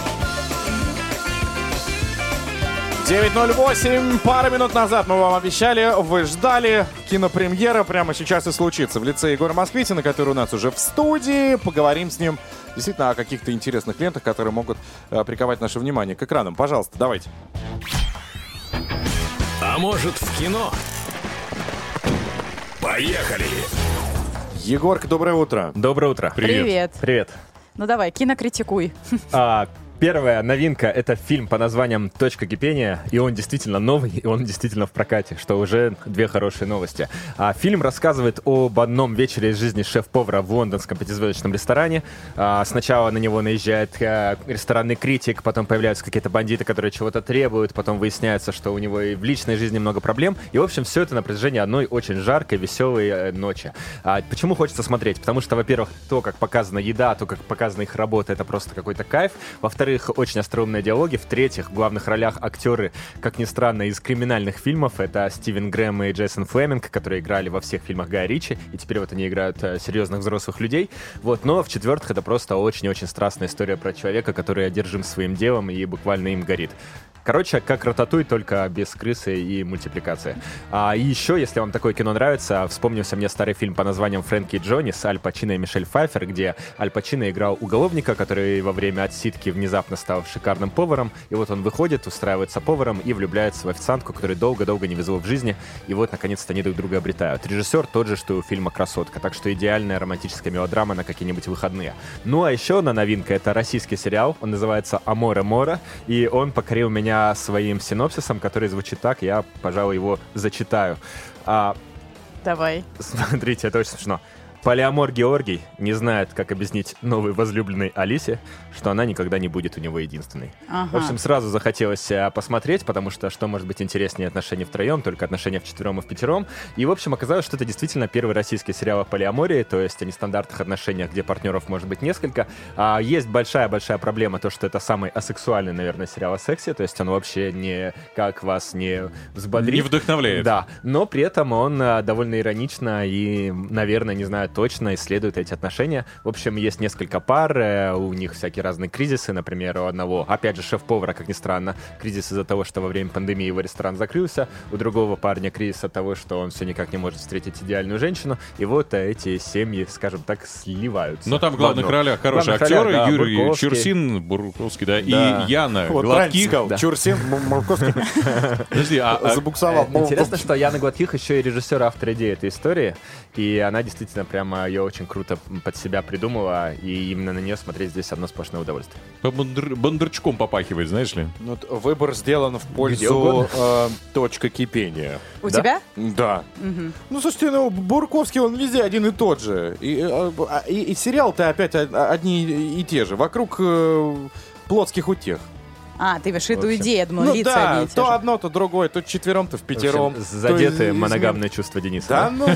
9:08. Пару минут назад мы вам обещали, вы ждали. Кинопремьера прямо сейчас и случится в лице Егора Москвитина, который у нас уже в студии. Поговорим с ним действительно о каких-то интересных лентах, которые могут приковать наше внимание к экранам. Пожалуйста, давайте. А может, в кино? Поехали! Егорка, доброе утро. Доброе утро. Привет. Привет. Ну давай, кинокритикуй. Первая новинка — это фильм по названием «Точка кипения», и он действительно новый, и он действительно в прокате, что уже две хорошие новости. Фильм рассказывает об одном вечере из жизни шеф-повара в лондонском пятизвездочном ресторане. Сначала на него наезжает ресторанный критик, потом появляются какие-то бандиты, которые чего-то требуют, потом выясняется, что у него и в личной жизни много проблем. И, в общем, все это на протяжении одной очень жаркой, веселой ночи. Почему хочется смотреть? Потому что, во-первых, то, как показана еда, то, как показана их работа, это просто какой-то кайф. Во-вторых, очень остроумные диалоги. В-третьих, в главных ролях актеры, как ни странно, из криминальных фильмов. Это Стивен Грэм и Джейсон Флеминг, которые играли во всех фильмах Гая Ричи, и теперь вот они играют серьезных взрослых людей. Вот. Но в-четвертых, это просто очень-очень страстная история про человека, который одержим своим делом и буквально им горит. Короче, как Рататуй, только без крысы и мультипликации. И еще, если вам такое кино нравится, вспомнился мне старый фильм по названием «Фрэнки и Джонни» с Аль Пачино и Мишель Пфайффер, где Аль Пачино играл уголовника, который во время отсидки внезапно стал шикарным поваром. И вот он выходит, устраивается поваром и влюбляется в официантку, которой долго-долго не везло в жизни. И вот, наконец-то, они друг друга обретают. Режиссер тот же, что и у фильма «Красотка». Так что идеальная романтическая мелодрама на какие-нибудь выходные. Ну, а еще одна новинка — это российский сериал. Он называется «Аморе Море», и он покорил меня своим синопсисом, который звучит так. Я, пожалуй, его зачитаю. Давай. Смотрите, это очень смешно. Полиамор Георгий не знает, как объяснить новой возлюбленной Алисе, что она никогда не будет у него единственной. В общем, сразу захотелось посмотреть, потому что что может быть интереснее отношений втроем, только отношения вчетвером и впятером. И, в общем, оказалось, что это действительно первый российский сериал о полиамории, то есть о нестандартных отношениях, где партнеров может быть несколько. Есть большая-большая проблема, то, что это самый асексуальный, наверное, сериал о сексе, то есть он вообще никак вас не взбодрит. Не вдохновляет. Да, но при этом он довольно иронично и, наверное, не знаю, точно исследует эти отношения. В общем, есть несколько пар, у них всякие разные кризисы, например, у одного, опять же, шеф-повара, как ни странно, кризис из-за того, что во время пандемии его ресторан закрылся, у другого парня кризис от того, что он все никак не может встретить идеальную женщину, и вот эти семьи, скажем так, сливаются. Но там в главных ролях хорошие актеры, да, Юрий Бурковский. Чурсин, Бурковский, да, и Яна Вот Гладких. сказал, Да. Чурсин, Бурковский. Подожди, Забуксовал. Интересно, что Яна Гладких еще и режиссер, автор идеи этой истории, и она действительно прямо ее очень круто под себя придумала, и именно на нее смотреть здесь одно сплошное удовольствие. По Бондарчуком попахивает, знаешь ли? Вот выбор сделан в Где пользу угодно. точка кипения. У Да? тебя? Да. Ну, слушайте, ну, Бурковский, он везде один и тот же. И сериал-то опять одни и те же. Вокруг плотских утех. Ты имеешь в виду В общем. идею, я думала, Ну лица да, одни и те то же. одно, то другое, то четвером, то в пятером. В общем, задеты то моногамные чувства Дениса. Да, ну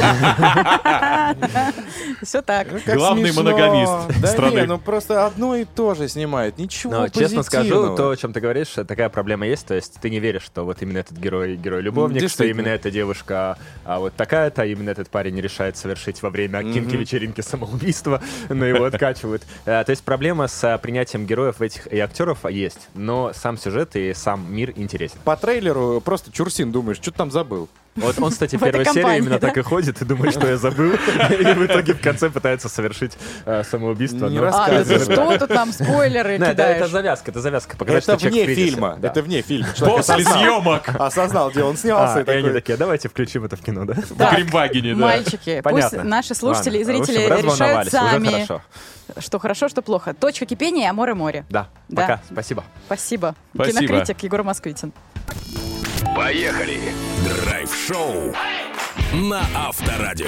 просто Все так. как Главный смешно. моногамист Да страны. не, ну просто одно и то же снимает. Ничего Но, честно скажу, позитивного. то, о чем ты говоришь, такая проблема есть. То есть ты не веришь, что вот именно этот герой-любовник, что Действительно. именно эта девушка вот такая-то, именно этот парень не решает совершить во время кинки-вечеринки самоубийство, но его откачивают. То есть проблема с принятием героев этих и актеров есть, но сам сюжет и сам мир интересен. По трейлеру просто Чурсин думаешь, что ты там забыл? Вот он, кстати, В этой первая серия компании, именно да? так и ходит и думает, что я забыл. И в итоге в конце пытается совершить самоубийство. Не но- рассказывай. Что тут нам спойлеры Ну, это кидаешь? завязка. Показать, Это что человек вне в кризисе. фильма. Да. Это вне фильма. Человек После осознал. съемок Осознал, где он снялся. И они такие, давайте включим это в кино, да? в Гримвагене, да. Мальчики, пусть Понятно. наши слушатели и Ладно, в общем, зрители решают разволновались, уже сами, хорошо. что хорошо, что плохо. Точка кипения, Аморе море. Да, Да. пока, спасибо. Спасибо. Спасибо. Кинокритик Егор Москвитин. Поехали! Драйв-шоу на Авторадио.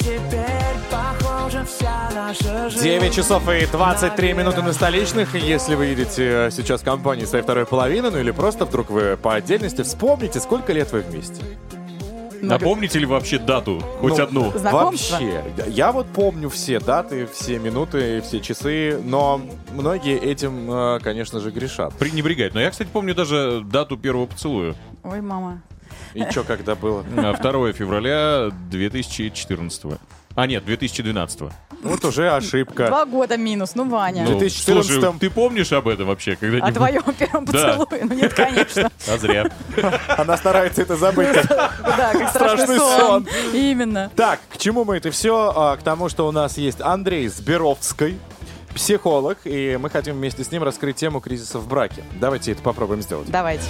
9 часов и 23 минуты на столичных. Если вы едете сейчас в компании своей второй половины, ну или просто вдруг вы по отдельности, вспомните, сколько лет вы вместе. Напомните ли вообще дату? Хоть Ну, одну. Знакомство? Вообще. Я вот помню все даты, все минуты, все часы, но многие этим, конечно же, грешат. Пренебрегать. Но я, кстати, помню даже дату первого поцелуя. Ой, мама. И что, когда было? 2 февраля 2014. А, нет, 2012. Вот уже ошибка. 2 года минус, ну, Ваня. Ну, 2014 слушай, ты помнишь об этом вообще? О Когда-нибудь? твоем первом Да. поцелуе? Ну, нет, конечно. А зря. Она старается это забыть. Да, как страшный Страшный сон. Именно. Так, к чему мы это все? К тому, что у нас есть Андрей Сберовский, психолог, и мы хотим вместе с ним раскрыть тему кризиса в браке. Давайте это попробуем сделать. Давайте.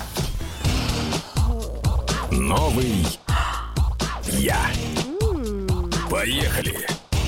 Новый я. Поехали!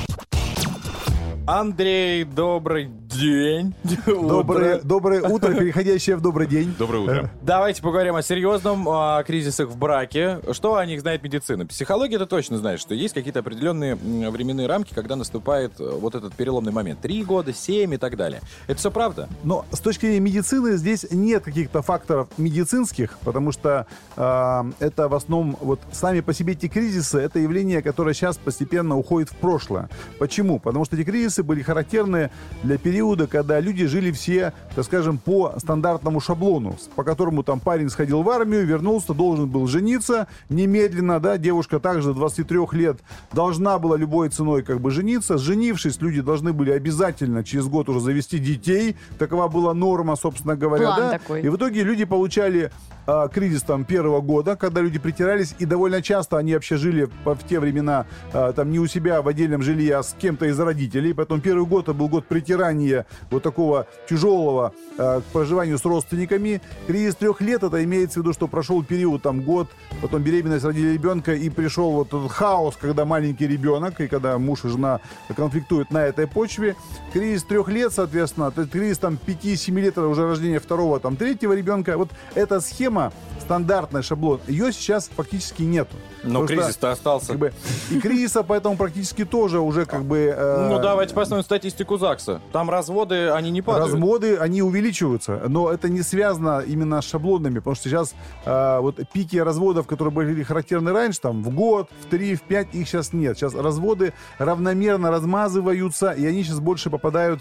Андрей, добрый день. Доброе утро, переходящее в добрый день. Доброе утро. Давайте поговорим о серьезном, о кризисах в браке. Что о них знает медицина? Психология-то точно знает, что есть какие-то определенные временные рамки, когда наступает вот этот переломный момент. 3 года, 7 и так далее. Это все правда? Но с точки зрения медицины здесь нет каких-то факторов медицинских, потому что это в основном вот сами по себе эти кризисы, это явление, которое сейчас постепенно уходит в прошлое. Почему? Потому что эти кризисы были характерны для периода, когда люди жили все, так скажем, по стандартному шаблону, по которому там парень сходил в армию, вернулся, должен был жениться немедленно, да, девушка также до 23 лет должна была любой ценой как бы жениться. Женившись, люди должны были обязательно через год уже завести детей. Такова была норма, собственно говоря, План да. такой. И в итоге люди получали кризис там первого года, когда люди притирались, и довольно часто они вообще жили в те времена там не у себя в отдельном жилье, а с кем-то из родителей. Поэтому первый год это был год притирания вот такого тяжелого к проживанию с родственниками. Кризис 3 лет, это имеется в виду, что прошел период там год, потом беременность, родили ребенка, и пришел вот этот хаос, когда маленький ребенок, и когда муж и жена конфликтуют на этой почве. Кризис 3 лет, соответственно, кризис там 5-7 лет, это уже рождение второго, там третьего ребенка. Вот эта схема, стандартный шаблон, ее сейчас фактически нету. Но Потому что, кризис-то остался. как бы, и кризиса поэтому практически тоже уже как бы... Ну, давайте посмотрим статистику ЗАГСа. Там разводы, они не падают. Разводы, они увеличиваются, но это не связано именно с шаблонами, потому что сейчас вот пики разводов, которые были характерны раньше, там в год, в 3, в 5, их сейчас нет. Сейчас разводы равномерно размазываются, и они сейчас больше попадают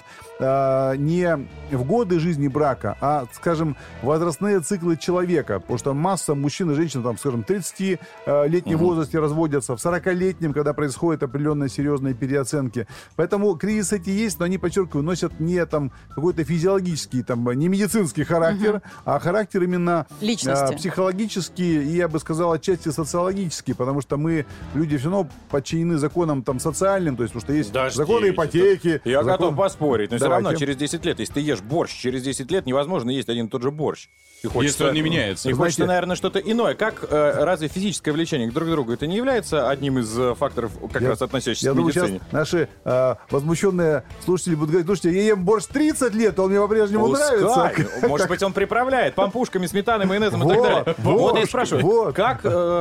не в годы жизни брака, а, скажем, возрастные циклы человека, потому что масса мужчин и женщин, там, скажем, в 30-летнем возрасте разводятся, в 40-летнем, когда происходят определенные серьезные переоценки. Поэтому кризисы эти есть, но они, подчеркиваю, носят не там какой-то физиологический, там, не медицинский характер, а характер именно Личности. психологический и, я бы сказал, отчасти социологический, потому что мы, люди, все равно подчинены законам там социальным, то есть, потому что есть Подождите, законы ипотеки. Я закон- готов поспорить, но все Давайте. равно через 10 лет, если ты ешь борщ, через 10 лет невозможно есть один и тот же борщ. И хочется, Если он не меняется. И Знаете, хочется, наверное, что-то иное. Как разве физическое влечение друг к другу это не является одним из факторов, как раз относящихся Я к думаю, медицине? сейчас наши возмущенные слушатели будут говорить, слушайте, я ем борщ 30 лет, он мне по-прежнему Пускай. нравится. Может быть, он приправляет пампушками, сметаной, майонезом и так Вот, далее. вот, Вот я и спрашиваю, вот. как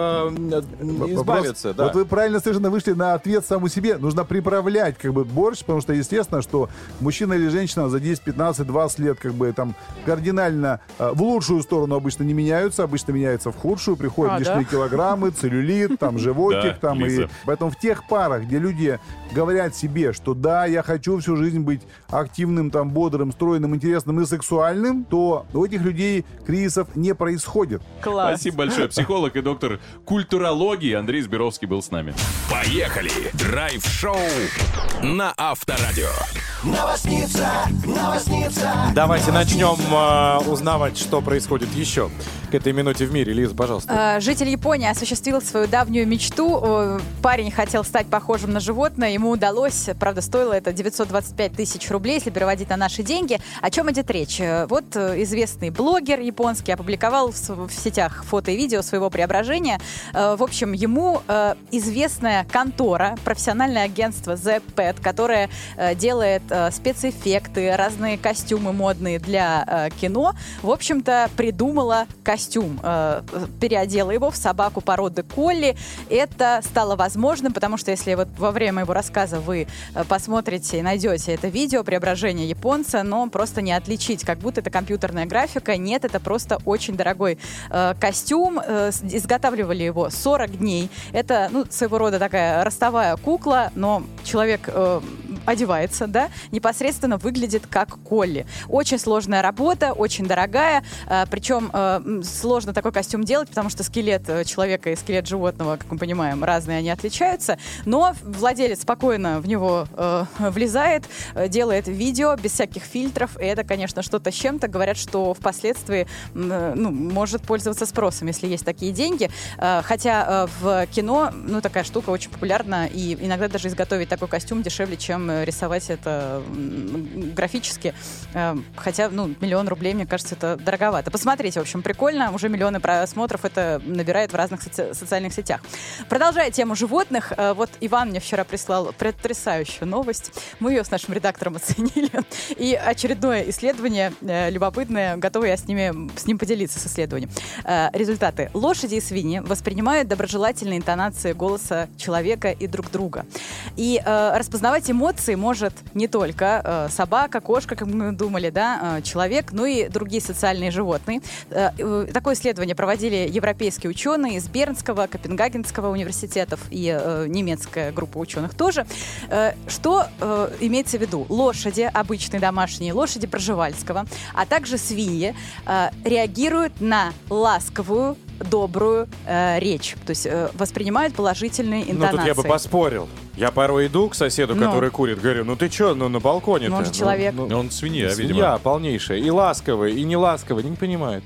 избавиться? Да. Вот вы правильно совершенно вышли на ответ саму себе. Нужно приправлять как бы борщ, потому что естественно, что мужчина или женщина за 10, 15, 20 лет как бы там кардинально в лучшую сторону обычно не меняются, обычно меняются в худшую, приходят лишние килограмммы, целлюлит, там животик, Да, там и Лиза. поэтому в тех парах, где люди говорят себе, что да, я хочу всю жизнь быть активным, там, бодрым, стройным, интересным и сексуальным, то у этих людей кризисов не происходит. Класс. Спасибо большое. Психолог и доктор культурологии Андрей Сберовский был с нами. Поехали! Драйв-шоу на Авторадио. Давайте начнем узнавать, что происходит еще. к этой минуте в мире. Лиза, пожалуйста. Житель Японии осуществил свою давнюю мечту. Парень хотел стать похожим на животное. Ему удалось. Правда, стоило это 925 тысяч рублей, если переводить на наши деньги. О чем идет речь? Вот известный блогер японский опубликовал в сетях фото и видео своего преображения. В общем, ему известная контора, профессиональное агентство The Pet, которое делает спецэффекты, разные костюмы модные для кино, в общем-то, придумала костюм. Переодела его в собаку породы колли. Это стало возможным, потому что если вот во время моего рассказа вы посмотрите и найдете это видео преображения японца, но просто не отличить, как будто это компьютерная графика. Нет, это просто очень дорогой костюм. Изготавливали его 40 дней. Это, своего рода такая ростовая кукла, но человек одевается, да, непосредственно выглядит как колли. Очень сложная работа, очень дорогая, причем сложно такой костюм делать, потому что скелет человека и скелет животного, как мы понимаем, разные, они отличаются, но владелец спокойно в него влезает, делает видео без всяких фильтров, и это, конечно, что-то с чем-то. Говорят, что впоследствии может пользоваться спросом, если есть такие деньги, хотя в кино, такая штука очень популярна, и иногда даже изготовить такой костюм дешевле, чем рисовать это графически. Хотя, 1 000 000 рублей, мне кажется, это дороговато. Посмотрите, в общем, прикольно. Уже миллионы просмотров это набирает в разных социальных сетях. Продолжая тему животных, вот Иван мне вчера прислал потрясающую новость. Мы ее с нашим редактором оценили. И очередное исследование любопытное. Готова я с ним поделиться, с исследованием. Результаты. Лошади и свиньи воспринимают доброжелательные интонации голоса человека и друг друга. И распознавать эмоции может не только собака, кошка, как мы думали, да, человек, но и другие социальные животные. Такое исследование проводили европейские ученые из Бернского, Копенгагенского университетов и немецкая группа ученых тоже. Что имеется в виду? Лошади, обычные домашние лошади Пржевальского, а также свиньи реагируют на ласковую, добрую речь. То есть воспринимают положительные интонации. Тут я бы поспорил. Я порой иду к соседу, который курит, говорю, ты чё, на балконе-то? Он же человек. Он свинья, видимо. Свинья полнейшая. И ласковая, и не ласковая. Не понимает.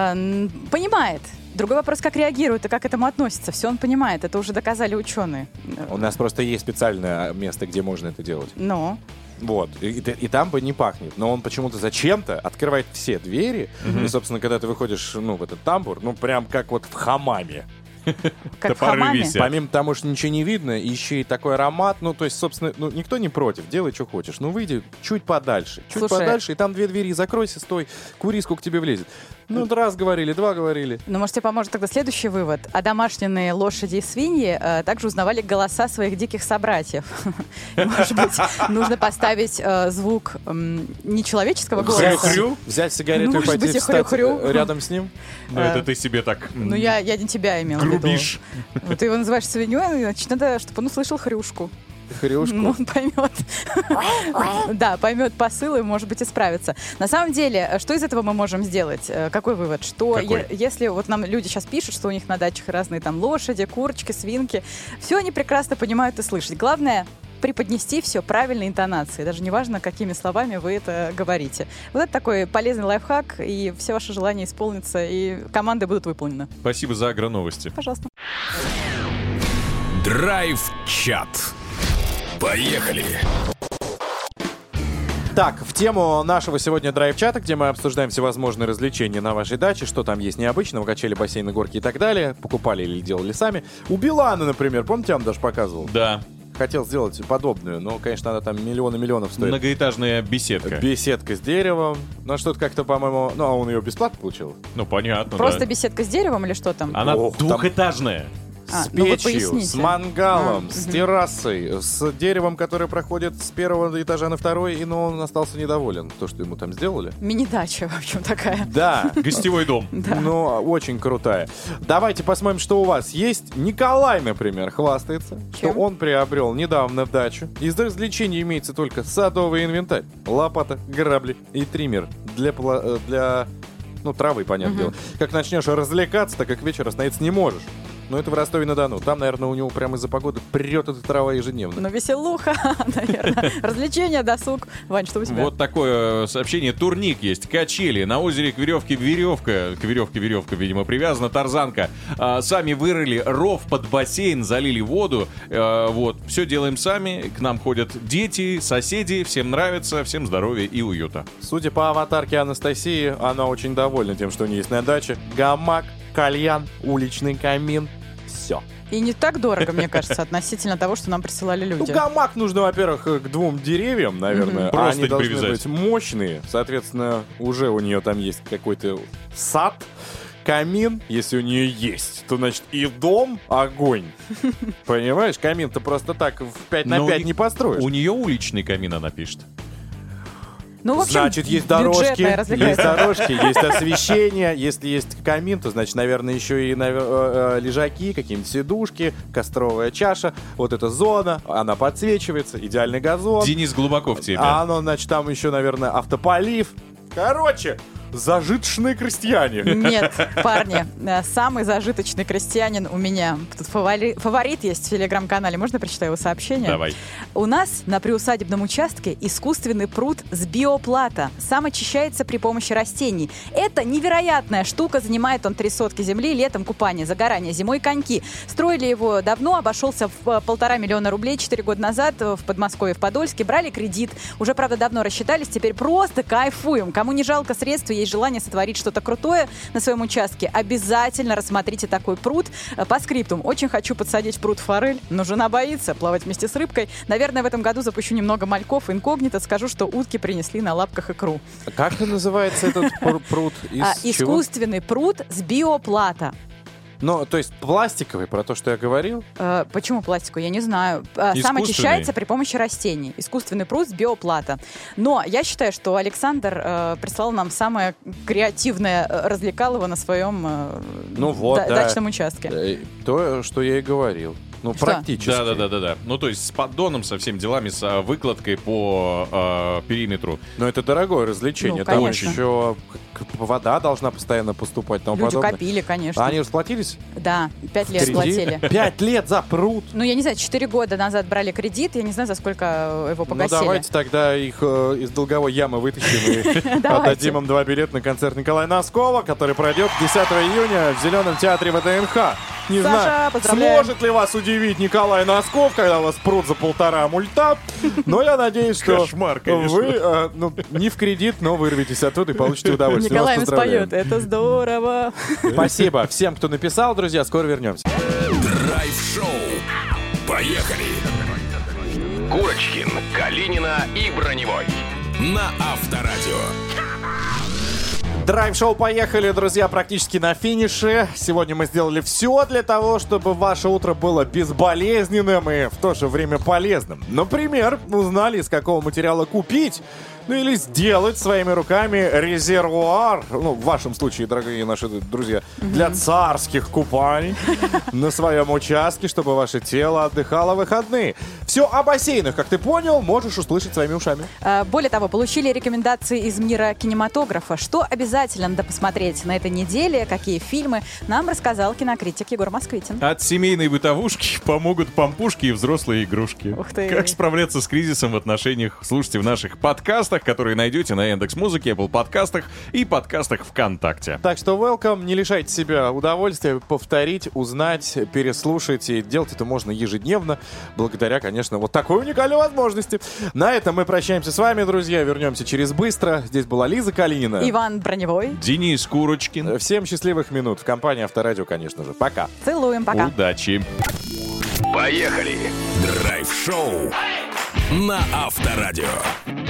Понимает. Другой вопрос, как реагирует и как к этому относится. Все он понимает. Это уже доказали ученые. У нас просто есть специальное место, где можно это делать. Но... Вот. И там бы не пахнет. Но он почему-то зачем-то открывает все двери. И, собственно, когда ты выходишь, в этот тамбур, прям как вот в хамаме. Как в хамаме? Помимо того, что ничего не видно, еще и такой аромат. То есть, собственно, никто не против. Делай, что хочешь. Выйди чуть подальше. Подальше, и там 2 двери. Закройся, стой. Кури, сколько тебе влезет. Раз говорили, 2 говорили. Может, тебе поможет тогда следующий вывод. А домашние лошади и свиньи также узнавали голоса своих диких собратьев. Может быть, нужно поставить звук нечеловеческого голоса. Взять сигарету и пойти встать рядом с ним. Это ты себе так... Я не тебя имела в виду. Грубишь. Ты его называешь свиньей, значит, надо, чтобы он услышал хрюшку. Хрюшку? Он поймет. Да, поймет посыл и, может быть, исправится. На самом деле, что из этого мы можем сделать? Какой вывод? Что если вот нам люди сейчас пишут, что у них на дачах разные там лошади, курочки, свинки, все они прекрасно понимают и слышат. Главное преподнести все правильной интонацией. Даже неважно, какими словами вы это говорите. Вот это такой полезный лайфхак, и все ваши желания исполнятся, и команды будут выполнены. Спасибо за агроновости. Пожалуйста. Драйв-чат. Поехали! Так, в тему нашего сегодня драйв-чата, где мы обсуждаем всевозможные развлечения на вашей даче, что там есть необычного, качели, бассейны, горки и так далее, покупали или делали сами. У Билана, например, помните, я вам даже показывал? Да. Хотел сделать подобную, но, конечно, она там миллионов стоит. Многоэтажная беседка. Беседка с деревом. Но что-то как-то, по-моему... а он ее бесплатно получил? Понятно, Просто беседка с деревом или что там? Она двухэтажная. С печью, с мангалом, с террасой, с деревом, которое проходит с 1-го этажа на 2-й, но он остался недоволен. То, что ему там сделали. Мини-дача, в общем, такая. Да. Гостевой дом. Очень крутая. Давайте посмотрим, что у вас есть. Николай, например, хвастается, что он приобрел недавно дачу. Из развлечений имеется только садовый инвентарь, лопата, грабли и триммер для травы, понятное дело. Как начнешь развлекаться, так как к вечеру остановиться не можешь. но это в Ростове-на-Дону. Там, наверное, у него прямо из-за погоды прет эта трава ежедневно. Ну, веселуха, наверное. Развлечения, досуг. Вань, что у тебя? Вот такое сообщение. Турник есть. Качели. На озере к веревке веревка. К веревке веревка, видимо, привязана. Тарзанка. Сами вырыли ров под бассейн, залили воду. Вот. Все делаем сами. К нам ходят дети, соседи. Всем нравится. Всем здоровья и уюта. Судя по аватарке Анастасии, она очень довольна тем, что у нее есть на даче. Гамак, кальян, уличный камин. Все. И не так дорого, мне кажется, относительно того, что нам присылали люди. Ну, гамак нужно, во-первых, к 2 деревьям, наверное. А они должны привязать. быть мощные. Соответственно, уже у нее там есть какой-то сад, камин. Если у нее есть, то, значит, и дом огонь. Понимаешь? Камин-то просто так в 5 на 5 не построишь. У нее уличный камин, она пишет. Ну, в общем, значит, есть дорожки, развлекательная. есть освещение. Если есть камин, то, значит, наверное, еще и лежаки, какие-нибудь сидушки, костровая чаша. Вот эта зона, она подсвечивается, идеальный газон. Денис глубоко в теме. А оно, значит, там еще, наверное, автополив. Короче, зажиточные крестьяне. Нет, парни, самый зажиточный крестьянин у меня. Тут фаворит есть в телеграм-канале. Можно прочитать его сообщение? Давай. У нас на приусадебном участке искусственный пруд с биоплата. Сам очищается при помощи растений. Это невероятная штука. Занимает он 3 сотки земли. Летом купание, загорание, зимой коньки. Строили его давно, обошелся в 1,5 миллиона рублей 4 года назад в Подмосковье, в Подольске. Брали кредит. Уже, правда, давно рассчитались. Теперь просто кайфуем. Кому не жалко средств, есть желание сотворить что-то крутое на своем участке, обязательно рассмотрите такой пруд. По скриптум. Очень хочу подсадить в пруд форель, но жена боится плавать вместе с рыбкой. Наверное, в этом году запущу немного мальков инкогнито. Скажу, что утки принесли на лапках икру. Как называется этот пруд? Искусственный пруд с биоплата. Ну, то есть пластиковый, про то, что я говорил? Почему пластиковый? Я не знаю. Сам очищается при помощи растений. Искусственный пруд с биоплата. Но я считаю, что Александр прислал нам самое креативное развлекалово на своем дачном участке. То, что я и говорил. Ну, что? Практически. Да. Ну, то есть с поддоном, со всеми делами, с выкладкой по периметру. Но это дорогое развлечение. Ну, там конечно. еще вода должна постоянно поступать. Люди копили, конечно. А они расплатились? Да, 5 лет платили. 5 лет за пруд? Ну, я не знаю, 4 года назад брали кредит, я не знаю, за сколько его погасили. Ну, давайте тогда их из долговой ямы вытащим и отдадим им 2 билета на концерт Николая Носкова, который пройдет 10 июня в Зеленом театре ВДНХ. Не знаю, сможет ли вас удивить Николай Носков, когда у вас пруд за 1,5 мульта, но я надеюсь, что Кошмар, конечно. вы не в кредит, но вырветесь оттуда и получите удовольствие. Николай нас поет, это здорово. Спасибо всем, кто написал, друзья, скоро вернемся. Драйв-шоу. Поехали! Курочкин, Калинина и Броневой. На Авторадио. Драйв-шоу «Поехали», друзья, практически на финише. Сегодня мы сделали все для того, чтобы ваше утро было безболезненным и в то же время полезным. Например, узнали, из какого материала купить, ну или сделать своими руками резервуар, ну, в вашем случае, дорогие наши друзья, для царских купаний на своем участке, чтобы ваше тело отдыхало в выходные. Все о бассейнах, как ты понял, можешь услышать своими ушами. Более того, получили рекомендации из мира кинематографа. Что обязательно надо посмотреть на этой неделе, какие фильмы, нам рассказал кинокритик Егор Москвитин. От семейной бытовушки помогут пампушки и взрослые игрушки. Ух ты. Как справляться с кризисом в отношениях, слушайте в наших подкастах, которые найдете на Яндекс.Музыке, Apple подкастах и подкастах ВКонтакте. Так что welcome, не лишайте себя удовольствия повторить, узнать, переслушать. И делать это можно ежедневно, благодаря, конечно, вот такой уникальной возможности. На этом мы прощаемся с вами, друзья. Вернемся через быстро. Здесь была Лиза Калинина. Иван Броневой. Денис Курочкин. Всем счастливых минут. В компании Авторадио, конечно же. Пока. Целуем, пока. Удачи. Поехали! Драйв-шоу на Авторадио.